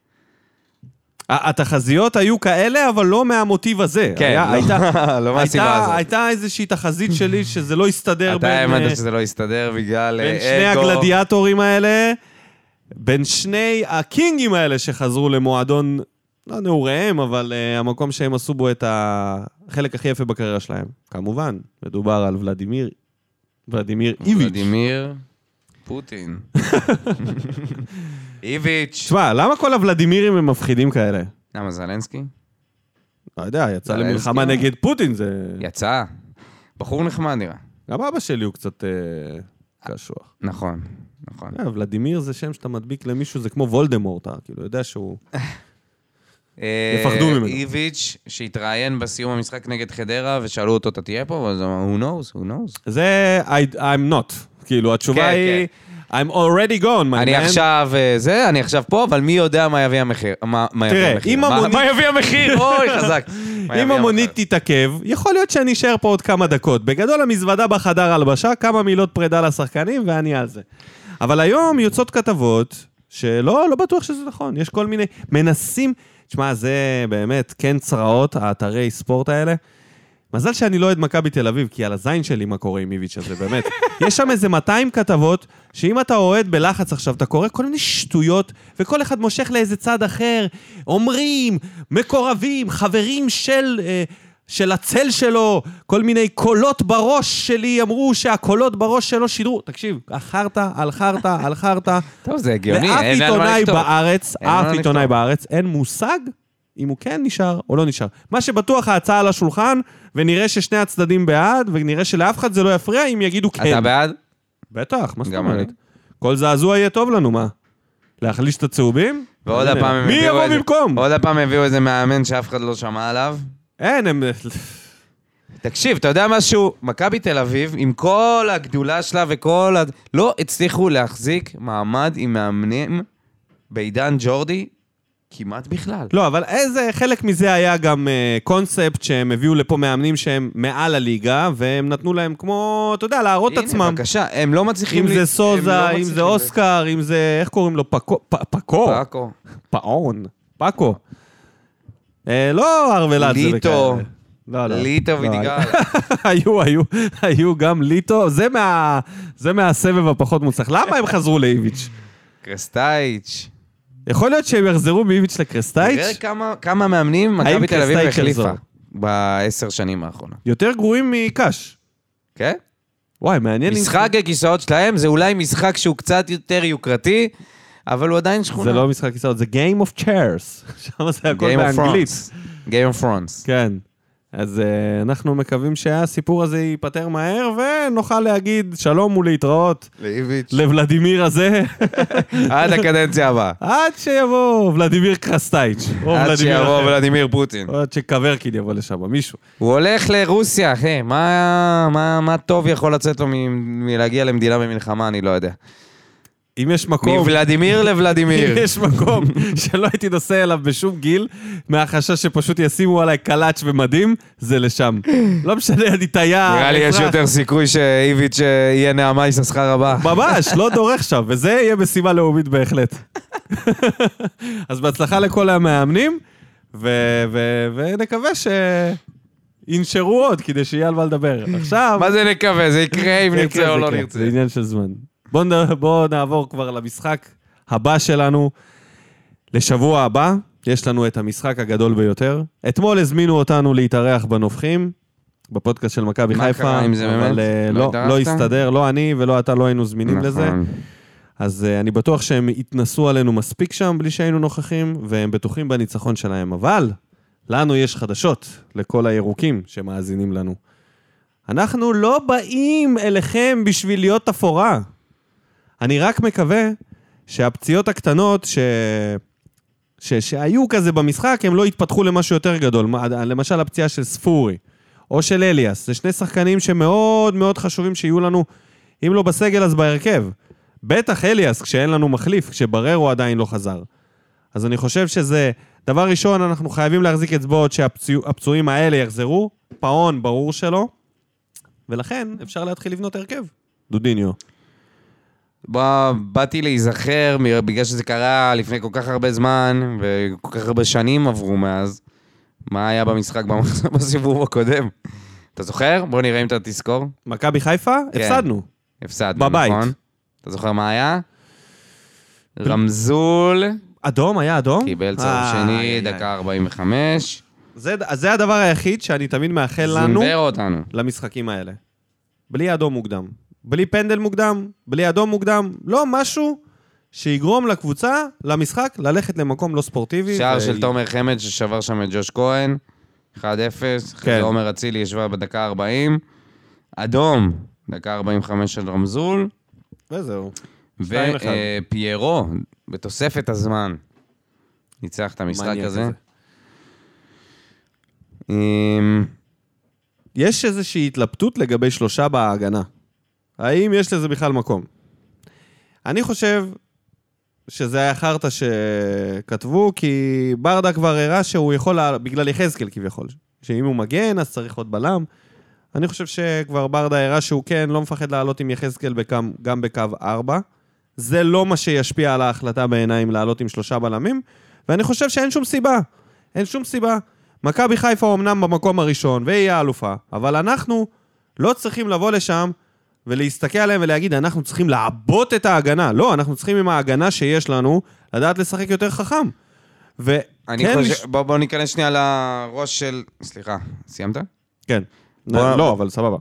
התחזיות היו כאלה, אבל לא מהמוטיב הזה. כן, לא מהסיבה הזאת. הייתה איזושהי תחזית שלי שזה לא יסתדר בין... אתה האמנת שזה לא יסתדר בגלל אגו. בין שני הגלדיאטורים האלה, בין שני הקינגים האלה שחזרו למועדון, לא נעוריהם, אבל המקום שהם עשו בו את החלק הכי יפה בקריירה שלהם. כמובן, מדובר על ולדימיר, ולדימיר איביץ'. ולדימיר פוטין. איביץ'. תשמע, למה כל הוולדימירים הם מפחידים כאלה? למה, זלנסקי? לא יודע, יצא למלחמה נגד פוטין, זה... יצא. בחור נחמד נראה. גם אבא שלי הוא קצת קשוח. נכון, נכון. ולדימיר זה שם שאתה מדביק למישהו, זה כמו וולדמורט, כאילו, יודע שהוא... יפחדו ממנו. איביץ' שהתראיין בסיום המשחק נגד חדרה, ושאלו אותו, אתה תהיה פה? ואז אמר, who knows, who knows. זה, I'm not. כאילו, התשובה היא... I'm already gone, my man. אני עכשיו, זה, אני עכשיו פה, אבל מי יודע מה יביא המחיר? תראה, אם המונית... מה יביא המחיר? אוי, חזק. אם המונית תתעכב, יכול להיות שאני אשאר פה עוד כמה דקות. בגדול, המזוודה בחדר הלבשה, כמה מילות פרידה לשחקנים, ואני על זה. אבל היום יוצאות כתבות, שלא, לא בטוח שזה נכון. יש כל מיני... מנסים... תשמע, זה באמת כן צרעות, האתרי ספורט האלה. מזל שאני לא אוהד מכבי תל אביב, כי על הזין שלי מה קורה עם איביץ' הזה, באמת. יש שם איזה מאתיים כתבות, שאם אתה אוהד בלחץ עכשיו, אתה קורא כל מיני שטויות, וכל אחד מושך לאיזה צד אחר, אומרים, מקורבים, חברים של, אה, של הצל שלו, כל מיני קולות בראש שלי, אמרו שהקולות בראש שלו שידרו. תקשיב, אחרת, הלכרת, הלכרת. טוב, זה הגיוני, לאף אין לנו מה עיתונאי לכתוב. בארץ, אין לנו אף מה עיתונאי לכתוב. בארץ, אין מושג אם הוא כן נשאר או לא נשאר. מה שבטוח ההצעה על השולחן, ונראה ששני הצדדים בעד, ונראה שלאף אחד זה לא יפריע אם יגידו כן. אתה בעד? בטח, מה זאת גם אומרת? אני. כל זעזוע יהיה טוב לנו, מה? להחליש את הצהובים? ועוד הנה, הפעם הם מי הביאו יבוא איזה- במקום? עוד הפעם הביאו איזה מאמן שאף אחד לא שמע עליו. אין, הם... תקשיב, אתה יודע משהו? מכבי תל אביב, עם כל הגדולה שלה וכל... ה... לא הצליחו להחזיק מעמד עם מאמנים בעידן ג'ורדי כמעט בכלל. לא, אבל איזה חלק מזה היה גם uh, קונספט שהם הביאו לפה מאמנים שהם מעל הליגה, והם נתנו להם כמו, אתה יודע, להראות את עצמם. הנה, בבקשה, הם לא מצליחים... אם לי- זה הם סוזה, לא אם מצליחים זה אוסקר, אם זה... איך קוראים לו? פקו? פ- פקו? פאקו. פאון. פקו. אה, לא ארוולד זה ליטו. וכאלה. לא, לא. ליטו לא, ודיגל. היו, היו, היו גם ליטו. זה מה... זה מהסבב הפחות מוצלח. למה הם חזרו לאיביץ'? קרסטייץ'. יכול להיות שהם יחזרו מאיביץ' תראה לקרסטייץ'? כמה- כמה מאמנים האם מכבי תל אביב קרסטייץ' החליפה יחזור? בעשר שנים האחרונות. יותר גרועים מקש. כן? וואי, מעניין. אם- משחק הכיסאות שלהם זה אולי משחק שהוא קצת יותר יוקרתי, אבל הוא עדיין שכונה. זה לא משחק כיסאות, זה Game of Chairs. שם זה הכל Game of באנגלית. France. Game of France. כן. אז uh, אנחנו מקווים שהסיפור הזה ייפטר מהר, ונוכל להגיד שלום ולהתראות לאיביץ'. לוולדימיר הזה, עד הקדנציה הבאה. עד שיבוא ולדימיר קרסטייץ'. או עד ולדימיר שיבוא אחר. ולדימיר פוטין. או עד שקוורקין יבוא לשם, מישהו. הוא הולך לרוסיה, אחי. מה, מה, מה טוב יכול לצאת לו מ- מלהגיע למדינה במלחמה, אני לא יודע. אם יש מקום... מוולדימיר אם לוולדימיר. יש מקום שלא הייתי נוסע אליו בשום גיל, מהחשש שפשוט ישימו עליי קלאץ' ומדים, זה לשם. לא משנה, אני תייר. נראה לי יש אזרח. יותר סיכוי שאיביץ' אה, יהיה נעמה יששכר הבא. ממש, לא דורך שם, וזה יהיה משימה לאומית בהחלט. אז בהצלחה לכל המאמנים, ו- ו- ונקווה שינשרו עוד, כדי שיהיה על מה לדבר. עכשיו... מה זה נקווה? זה יקרה אם זה נרצה יקרה, או זה לא יקרה, נרצה. זה עניין של זמן. בואו נ- בואו נעבור כבר למשחק הבא שלנו. לשבוע הבא, יש לנו את המשחק הגדול ביותר. אתמול הזמינו אותנו להתארח בנובחים, בפודקאסט של מכבי מה חיפה. קרה עם זה אבל באמת? אה, לא לא, התארחת? לא הסתדר, לא אני ולא אתה לא היינו זמינים לזה. נכון. אז uh, אני בטוח שהם התנסו עלינו מספיק שם בלי שהיינו נוכחים, והם בטוחים בניצחון שלהם. אבל לנו יש חדשות לכל הירוקים שמאזינים לנו. אנחנו לא באים אליכם בשביל להיות תפורה. אני רק מקווה שהפציעות הקטנות ש... ש... שהיו כזה במשחק, הם לא התפתחו למשהו יותר גדול. מה- למשל הפציעה של ספורי, או של אליאס. זה שני שחקנים שמאוד מאוד חשובים שיהיו לנו, אם לא בסגל אז בהרכב. בטח אליאס, כשאין לנו מחליף, כשבררו עדיין לא חזר. אז אני חושב שזה, דבר ראשון, אנחנו חייבים להחזיק אצבעות שהפצועים האלה יחזרו, פאון ברור שלא, ולכן אפשר להתחיל לבנות הרכב. דודיניו. בוא, באתי להיזכר, בגלל שזה קרה לפני כל כך הרבה זמן, וכל כך הרבה שנים עברו מאז, מה היה במשחק בסיבוב הקודם. אתה זוכר? בוא נראה אם אתה תזכור. מכבי חיפה? כן. הפסדנו. הפסדנו, בבית. נכון? אתה זוכר מה היה? רמזול, אדום, היה אדום? קיבל צהוב אה, שני, איי, דקה ארבעים וחמש. זה, זה הדבר היחיד שאני תמיד מאחל לנו זינבר אותנו. למשחקים האלה. בלי אדום מוקדם. בלי פנדל מוקדם, בלי אדום מוקדם. לא משהו שיגרום לקבוצה, למשחק, ללכת למקום לא ספורטיבי. שער ו... של תומר חמד ששבר שם את ג'וש כהן, אחד אפס, כן. עומר אצילי ישבה בדקה ארבעים, אדום, דקה ארבעים וחמש של רמזול, וזהו. שתיים אחד. ופיירו, בתוספת הזמן, ניצח את המשחק מניאק הזה. הזה. עם... יש איזושהי התלבטות לגבי שלושה בהגנה. האם יש לזה בכלל מקום? אני חושב שזה היה חרטה שכתבו, כי ברדה כבר הראה שהוא יכול, לה... בגלל יחזקאל כביכול, שאם הוא מגן אז צריך עוד בלם. אני חושב שכבר ברדה הראה שהוא כן לא מפחד לעלות עם יחזקאל בקם, גם בקו ארבע. זה לא מה שישפיע על ההחלטה בעיניים לעלות עם שלושה בלמים, ואני חושב שאין שום סיבה. אין שום סיבה. מכבי חיפה אמנם במקום הראשון, והיא האלופה, אבל אנחנו לא צריכים לבוא לשם ולהסתכל עליהם ולהגיד, אנחנו צריכים לעבות את ההגנה. לא, אנחנו צריכים עם ההגנה שיש לנו, לדעת לשחק יותר חכם. אני חושב, בוא, בוא ניכנס שנייה לראש של... סליחה, סיימת? כן. לא, אבל סבבה.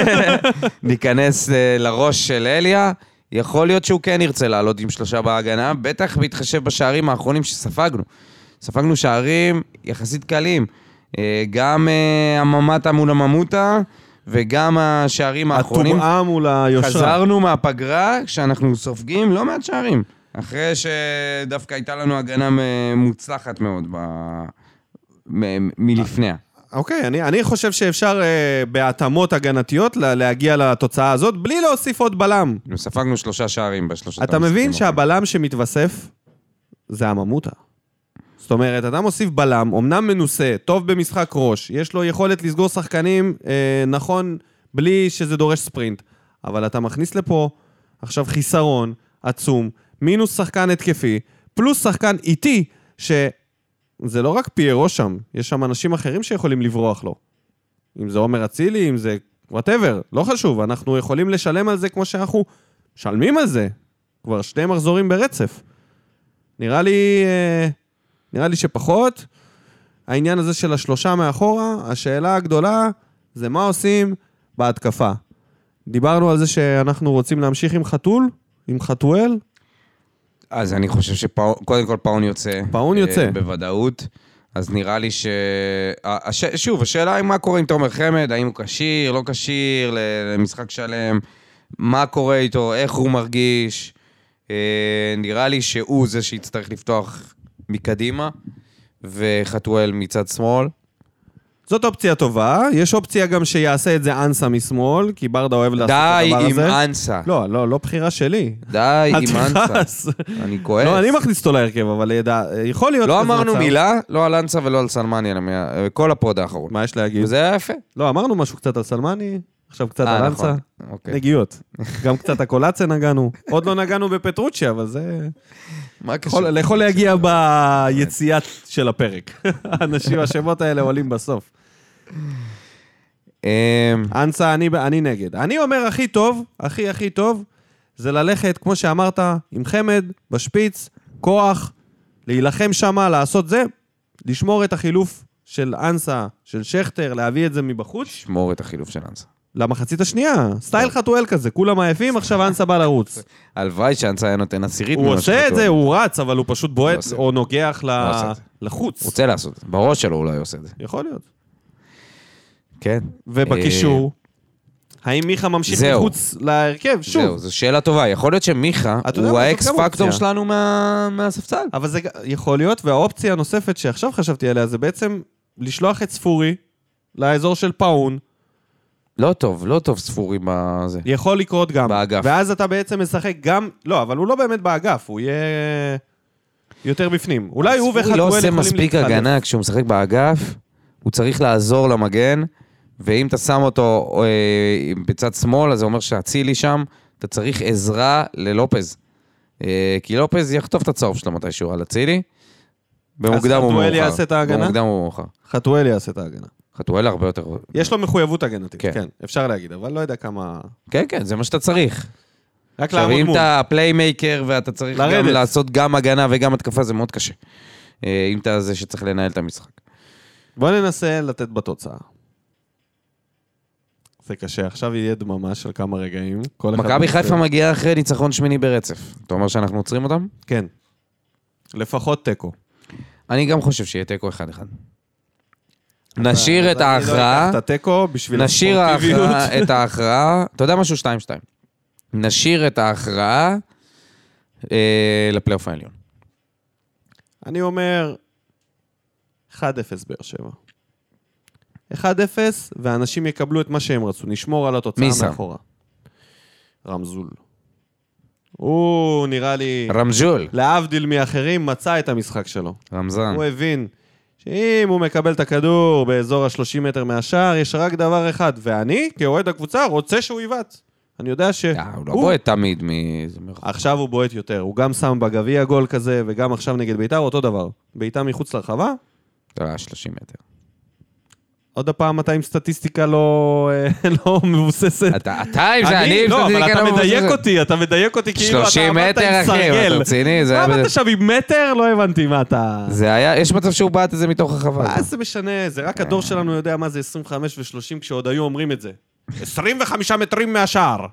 ניכנס לראש של אליה, יכול להיות שהוא כן ירצה לעלות עם שלושה בהגנה, בטח בהתחשב בשערים האחרונים שספגנו. ספגנו שערים יחסית קלים. גם הממטה מול הממוטה, וגם השערים האחרונים. הטומאה מול היושרה. חזרנו מהפגרה, כשאנחנו סופגים לא מעט שערים. אחרי שדווקא הייתה לנו הגנה מוצלחת מאוד ב... מ... מלפניה. אוקיי, אני, אני חושב שאפשר uh, בהתאמות הגנתיות להגיע לתוצאה הזאת, בלי להוסיף עוד בלם. ספגנו שלושה שערים בשלושת... אתה מבין שהבלם שמתווסף זה הממוטה. זאת אומרת, אתה מוסיף בלם, אמנם מנוסה, טוב במשחק ראש, יש לו יכולת לסגור שחקנים אה, נכון, בלי שזה דורש ספרינט, אבל אתה מכניס לפה עכשיו חיסרון עצום, מינוס שחקן התקפי, פלוס שחקן איטי, שזה לא רק פיירו שם, יש שם אנשים אחרים שיכולים לברוח לו. אם זה עומר אצילי, אם זה whatever, לא חשוב, אנחנו יכולים לשלם על זה כמו שאנחנו משלמים על זה, כבר שני מחזורים ברצף. נראה לי... אה, נראה לי שפחות, העניין הזה של השלושה מאחורה, השאלה הגדולה זה מה עושים בהתקפה. דיברנו על זה שאנחנו רוצים להמשיך עם חתול, עם חתואל. אז אני חושב שקודם כל פאון יוצא. פאון יוצא. בוודאות. אז נראה לי ש... הש... שוב, השאלה היא מה קורה עם תומר חמד, האם הוא קשיר, לא קשיר, למשחק שלם, מה קורה איתו, איך הוא מרגיש. נראה לי שהוא זה שיצטרך לפתוח... מקדימה, וחתואל מצד שמאל. זאת אופציה טובה, יש אופציה גם שיעשה את זה אנסה משמאל, כי ברדה אוהב לעשות את הדבר הזה. די עם אנסה. לא, לא, לא בחירה שלי. די עם אנסה. אני כועס. לא, אני מכניס אותו להרכב, אבל יכול להיות... לא אמרנו מילה, לא על אנסה ולא על סלמני, כל הפוד האחרון. מה יש להגיד? וזה היה יפה. לא, אמרנו משהו קצת על סלמני, עכשיו קצת על אנסה. נגיעות. גם קצת הקולציה נגענו. עוד לא נגענו בפטרוצ'י, אבל זה... יכול להגיע ביציאת של הפרק. האנשים, השמות האלה עולים בסוף. אנסה, אני נגד. אני אומר הכי טוב, הכי הכי טוב, זה ללכת, כמו שאמרת, עם חמד, בשפיץ, כוח, להילחם שמה, לעשות זה, לשמור את החילוף של אנסה, של שכטר, להביא את זה מבחוץ. לשמור את החילוף של אנסה. למחצית השנייה, סטייל חתואל כזה, כולם עייפים, עכשיו אנסה בא לרוץ. הלוואי שאנסה היה נותן עשירית. הוא עושה את זה, הוא רץ, אבל הוא פשוט בועט או נוגח לחוץ. הוא רוצה לעשות, בראש שלו אולי עושה את זה. יכול להיות. כן. ובקישור, האם מיכה ממשיך מחוץ להרכב? שוב. זהו, זו שאלה טובה. יכול להיות שמיכה הוא האקס פקטור שלנו מהספסל. אבל זה יכול להיות, והאופציה הנוספת שעכשיו חשבתי עליה, זה בעצם לשלוח את ספורי לאזור של פאון, לא טוב, לא טוב ספורי בזה. יכול לקרות גם. באגף. ואז אתה בעצם משחק גם, לא, אבל הוא לא באמת באגף, הוא יהיה יותר בפנים. אולי הוא וחתואל יכולים להתחלף. ספורי לא עושה מספיק הגנה כשהוא משחק באגף, הוא צריך לעזור למגן, ואם אתה שם אותו אה, בצד שמאל, אז זה אומר שהצילי שם, אתה צריך עזרה ללופז. אה, כי לופז יחטוף את הצהוב שלו מתישהו על הצילי, במוקדם או מאוחר. חתואל יעשה את ההגנה? במוקדם או מאוחר. חתואל יעשה את ההגנה. חתואל הרבה יותר... יש לו מחויבות הגנתית, כן. כן, אפשר להגיד, אבל לא יודע כמה... כן, כן, זה מה שאתה צריך. רק לעמוד מול. אם אתה פליימייקר ואתה צריך לרדת. גם לעשות גם הגנה וגם התקפה, זה מאוד קשה. אם אתה זה שצריך לנהל את המשחק. בוא ננסה לתת בתוצאה. זה קשה, עכשיו יהיה דממה של כמה רגעים. מכבי חיפה מגיעה אחרי ניצחון שמיני ברצף. אתה אומר שאנחנו עוצרים אותם? כן. לפחות טקו. אני גם חושב שיהיה טקו אחד אחד. נשאיר את ההכרעה, נשאיר את ההכרעה, אתה יודע משהו? שתיים שתיים. נשאיר את ההכרעה לפלייאוף העליון. אני אומר אחד אפס באר שבע. אחד אפס, ואנשים יקבלו את מה שהם רצו. נשמור על התוצאה מאחורה. רמזול. הוא נראה לי... רמזול. להבדיל מאחרים, מצא את המשחק שלו. רמזן. הוא הבין שאם הוא מקבל את הכדור באזור ה-שלושים מטר מהשער, יש רק דבר אחד. ואני, כאוהד הקבוצה, רוצה שהוא יבט. אני יודע ש... הוא לא בועט תמיד מ... עכשיו הוא בועט יותר. הוא גם שם בגביע גול כזה, וגם עכשיו נגד ביתר, אותו דבר. ביתר מחוץ לרחבה. זה היה שלושים מטר. עוד הפעם אתה עם סטטיסטיקה לא מבוססת. אתה עם זה, אני עם לא, אבל סטטיסטיקה אתה לא מבוססת. מדייק אותי, אתה מדייק אותי כאילו אתה שלושים עמדת מטר, עם אחי, סרגל. אתה רציני? מה עמדת שם עם מטר? לא הבנתי מה אתה... זה היה, יש מצב שהוא בעט את זה מתוך החווה. מה זה משנה? זה רק הדור שלנו יודע מה זה עשרים וחמש ושלושים כשעוד היו אומרים את זה. עשרים וחמישה מטרים מהשער.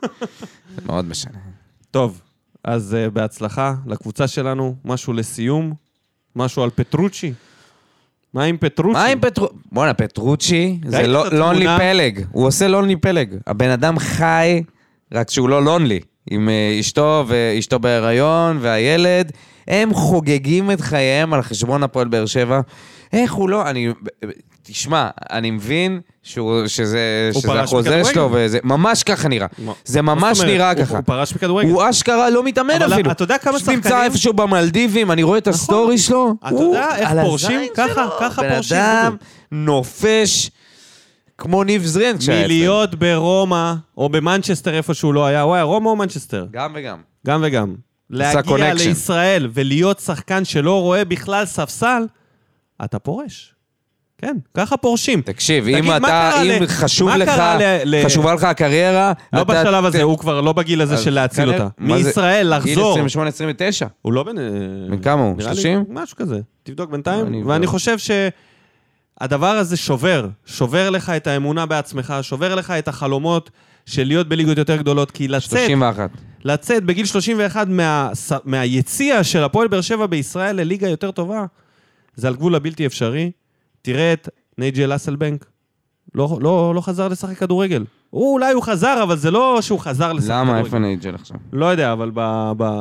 מאוד משנה. טוב, אז uh, בהצלחה לקבוצה שלנו, משהו לסיום, משהו על פטרוצ'י. מה עם פטרוצ'י? מה עם פטרוצ'י? בוא'נה, פטרוצ'י זה לונלי פלג. הוא עושה לונלי פלג. הבן אדם חי, רק שהוא לא לונלי. עם uh, אשתו ואשתו בהיריון והילד. הם חוגגים את חייהם על חשבון הפועל באר שבע. איך הוא לא... אני... תשמע, אני מבין שהוא, שזה, שזה החוזה שלו, וזה ממש ככה נראה. זה ממש נראה ככה. הוא פרש מכדורגל. הוא אשכרה לא מתאמן אפילו. אתה יודע כמה שחקנים... נמצא איפשהו במלדיבים, אני רואה את הסטורי שלו. אתה יודע איך פורשים? ככה, ככה פורשים. בן אדם נופש כמו ניב זרין. מלהיות ברומא, או במנצ'סטר איפה שהוא לא היה. הוא היה רומא או מנצ'סטר? גם וגם. גם וגם. להגיע לישראל ולהיות שחקן שלא רואה בכלל ספסל, אתה פורש. כן, ככה פורשים. תקשיב, אם אתה, אם חשוב לך, חשובה לך הקריירה... לא בשלב הזה, הוא כבר לא בגיל הזה של להציל אותה. מישראל לחזור... גיל עשרים ושמונה עשרים ותשע. הוא לא בן... בן כמה הוא? שלושים? משהו כזה. תבדוק בינתיים. ואני חושב שהדבר הזה שובר. שובר לך את האמונה בעצמך, שובר לך את החלומות של להיות בליגות יותר גדולות, כי לצאת... שלושים ואחת. לצאת בגיל שלושים ואחת מהיציאה של הפועל באר שבע בישראל לליגה יותר טובה, זה על גבול הבלתי אפשרי. תראה את נייג'ל אסלבנק, לא, לא, לא חזר לשחק כדורגל. הוא, אולי הוא חזר, אבל זה לא שהוא חזר לשחק למה? כדורגל. למה? איפה נייג'ל עכשיו? לא יודע, אבל ב, ב,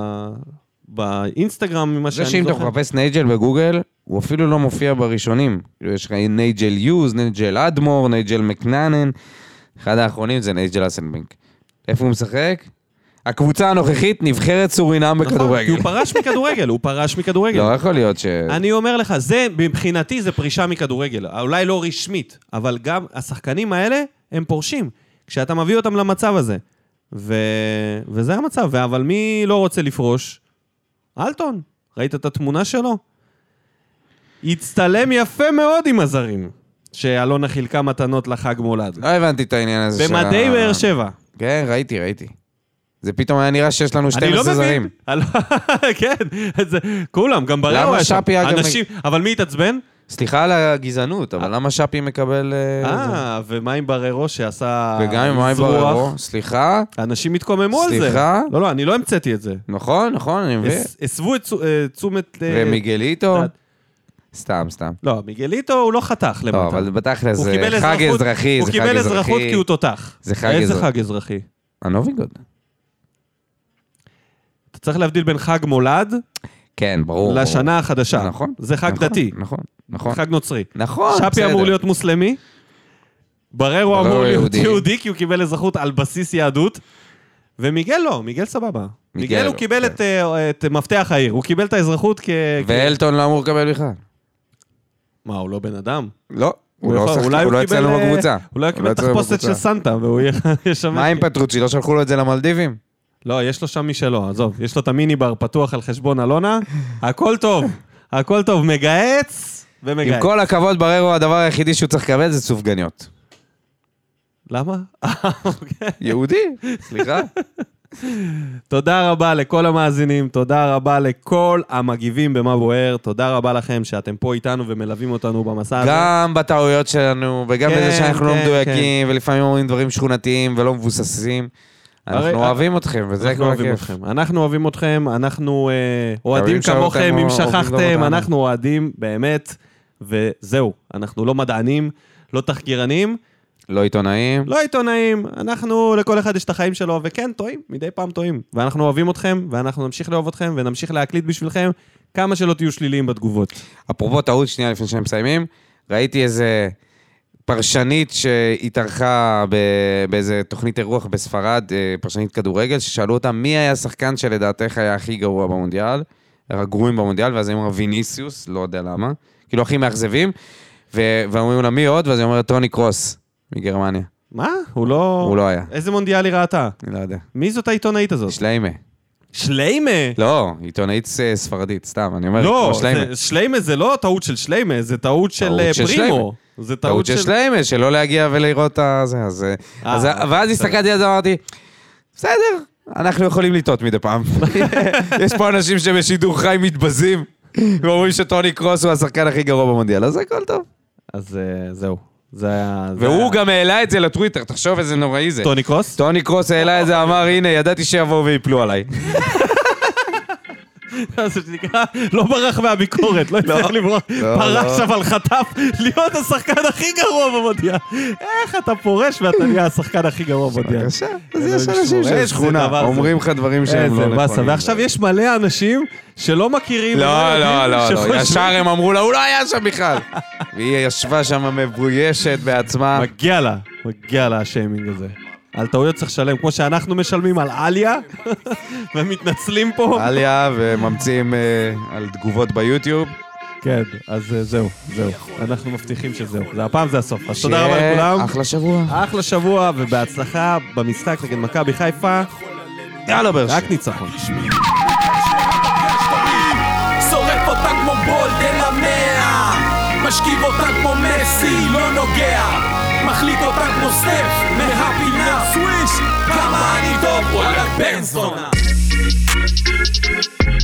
באינסטגרם, ממה שאני זוכר... זה שאם אתה מחפש נייג'ל בגוגל, הוא אפילו לא מופיע בראשונים. יש לך נייג'ל יוז, נייג'ל אדמור, נייג'ל מקננן. אחד האחרונים זה נייג'ל אסלבנק. איפה הוא משחק? הקבוצה הנוכחית נבחרת סורינם בכדורגל. כי הוא פרש מכדורגל, הוא פרש מכדורגל. לא יכול להיות ש... אני אומר לך, זה, מבחינתי זה פרישה מכדורגל. אולי לא רשמית, אבל גם השחקנים האלה הם פורשים. כשאתה מביא אותם למצב הזה. ו... וזה המצב. אבל מי לא רוצה לפרוש? אלטון. ראית את התמונה שלו? הצטלם יפה מאוד עם הזרים. שאלונה חילקה מתנות לחג מולד. לא הבנתי את העניין הזה. במדי באר שבע. כן, ראיתי, ראיתי. זה פתאום היה נראה שיש לנו שתים עשרה זרים. אני לא מבין. כן, כולם, גם ברעו היה שם. אנשים, אבל מי התעצבן? סליחה על הגזענות, אבל למה שפי מקבל... אה, ומה עם בררו שעשה... וגם עם מה עם בררו, סליחה? אנשים התקוממו על זה. סליחה? לא, לא, אני לא המצאתי את זה. נכון, נכון, אני מבין. הסבו את תשומת... ומיגליטו? סתם, סתם. לא, מיגליטו הוא לא חתך למטה. לא, אבל בתכל'ס זה חג אזרחי, הוא קיבל אזרחות כי הוא תותח. זה חג אזרחי. איזה חג אזרחי? הנוביגוד. אתה צריך להבדיל בין חג מולד... כן, ברור. לשנה החדשה. נכון. זה חג דתי. נכון, נכון. חג נוצרי. נכון, בסדר. שפי אמור להיות מוסלמי, בררו אמור להיות יהודי, כי הוא קיבל אזרחות על בסיס יהדות, ומיגל לא, מיגל סבבה. מיגל הוא קיבל את מפתח העיר, הוא קיבל את האזרחות כ... ואלטון לא אמור לקבל בכלל. מה, הוא לא בן אדם? לא. הוא לא יצא לנו בקבוצה. אולי הוא קיבל תחפושת של סנטה, והוא ישמש... מה עם פטרוצ'י? לא שלחו לו את זה למלדיבים? לא, יש לו שם משלו, עזוב. יש לו את המיני בר פתוח על חשבון אלונה. הכל טוב, הכל טוב. מגעץ ומגעץ. עם כל הכבוד בררו, הדבר היחידי שהוא צריך לקבל זה סופגניות. למה? יהודי, סליחה. תודה רבה לכל המאזינים, תודה רבה לכל המגיבים במה בוער, תודה רבה לכם שאתם פה איתנו ומלווים אותנו במסע הזה. גם בטעויות שלנו, וגם בזה שאנחנו לא מדויקים, ולפעמים אומרים דברים שכונתיים ולא מבוססים. אנחנו אוהבים אתכם, וזה כבר כיף. אנחנו אוהבים אתכם, אנחנו אוהדים כמוכם, אם שכחתם, אנחנו אוהדים באמת, וזהו, אנחנו לא מדענים, לא תחקירנים, לא עיתונאים. לא עיתונאים, אנחנו, לכל אחד יש את החיים שלו, וכן, טועים, מדי פעם טועים. ואנחנו אוהבים אתכם, ואנחנו נמשיך לאהוב אתכם, ונמשיך להקליט בשבילכם, כמה שלא תהיו שליליים בתגובות. אפרופו טעות, שנייה לפני שהם מסיימים, ראיתי איזה פרשנית שהתארחה באיזה תוכנית אירוח בספרד, פרשנית כדורגל, ששאלו אותה מי היה השחקן שלדעתך היה הכי גרוע במונדיאל, הגרועים במונדיאל, ואז הם אמרו ויניסיוס, לא יודע למה, כאילו הכי מאכזבים, ואומרים לה מי עוד, ואז היא אומרת טוני קרוס. מגרמניה. מה? הוא לא... הוא לא היה. איזה מונדיאל היא ראתה? אני לא יודע. מי זאת העיתונאית הזאת? שליימה. שליימה? לא, עיתונאית ספרדית, סתם, אני אומר, לא, שליימה זה לא טעות של שליימה, זה טעות של פרימו. זה טעות שיש להם, שלא להגיע ולראות את זה. אז ואז הסתכלתי על זה, אמרתי, בסדר, אנחנו יכולים לטעות מדי פעם. יש פה אנשים שבשידור חי מתבזים, ואומרים שטוני קרוס הוא השחקן הכי גרוע במונדיאל, אז זה הכל טוב. אז זהו. והוא גם העלה את זה לטוויטר, תחשוב איזה נוראי זה. טוני קרוס? טוני קרוס העלה את זה, אמר, הנה, ידעתי שיבואו ויפלו עליי. זה שנקרא, לא ברח מהביקורת, לא יצטרך לברוח, פרש אבל חטף להיות השחקן הכי גרוע במונדיאל. איך אתה פורש ואתה נהיה השחקן הכי גרוע במונדיאל? בבקשה, אז יש אנשים של שכונה, אומרים לך דברים שהם לא נכונים. ועכשיו יש מלא אנשים שלא מכירים. לא, לא, לא, לא, ישר הם אמרו לה, הוא לא היה שם בכלל. והיא ישבה שם מבוישת בעצמה. מגיע לה, מגיע לה השיימינג הזה. על טעויות צריך לשלם, כמו שאנחנו משלמים על עליה, ומתנצלים פה. עליה, וממציאים על תגובות ביוטיוב. כן, אז זהו, זהו. אנחנו מבטיחים שזהו. הפעם זה הסוף. אז תודה רבה לכולם. אחלה שבוע. אחלה שבוע, ובהצלחה במשחק נגד מכבי חיפה. יאללה ברש. רק ניצחון. שורף אותה כמו בולדן המאה, משכיב אותה כמו מסי, לא נוגע, מחליט אותה כמו סטף, מהפינה סוויש, כמה אני טוב, וואלה בן זונה.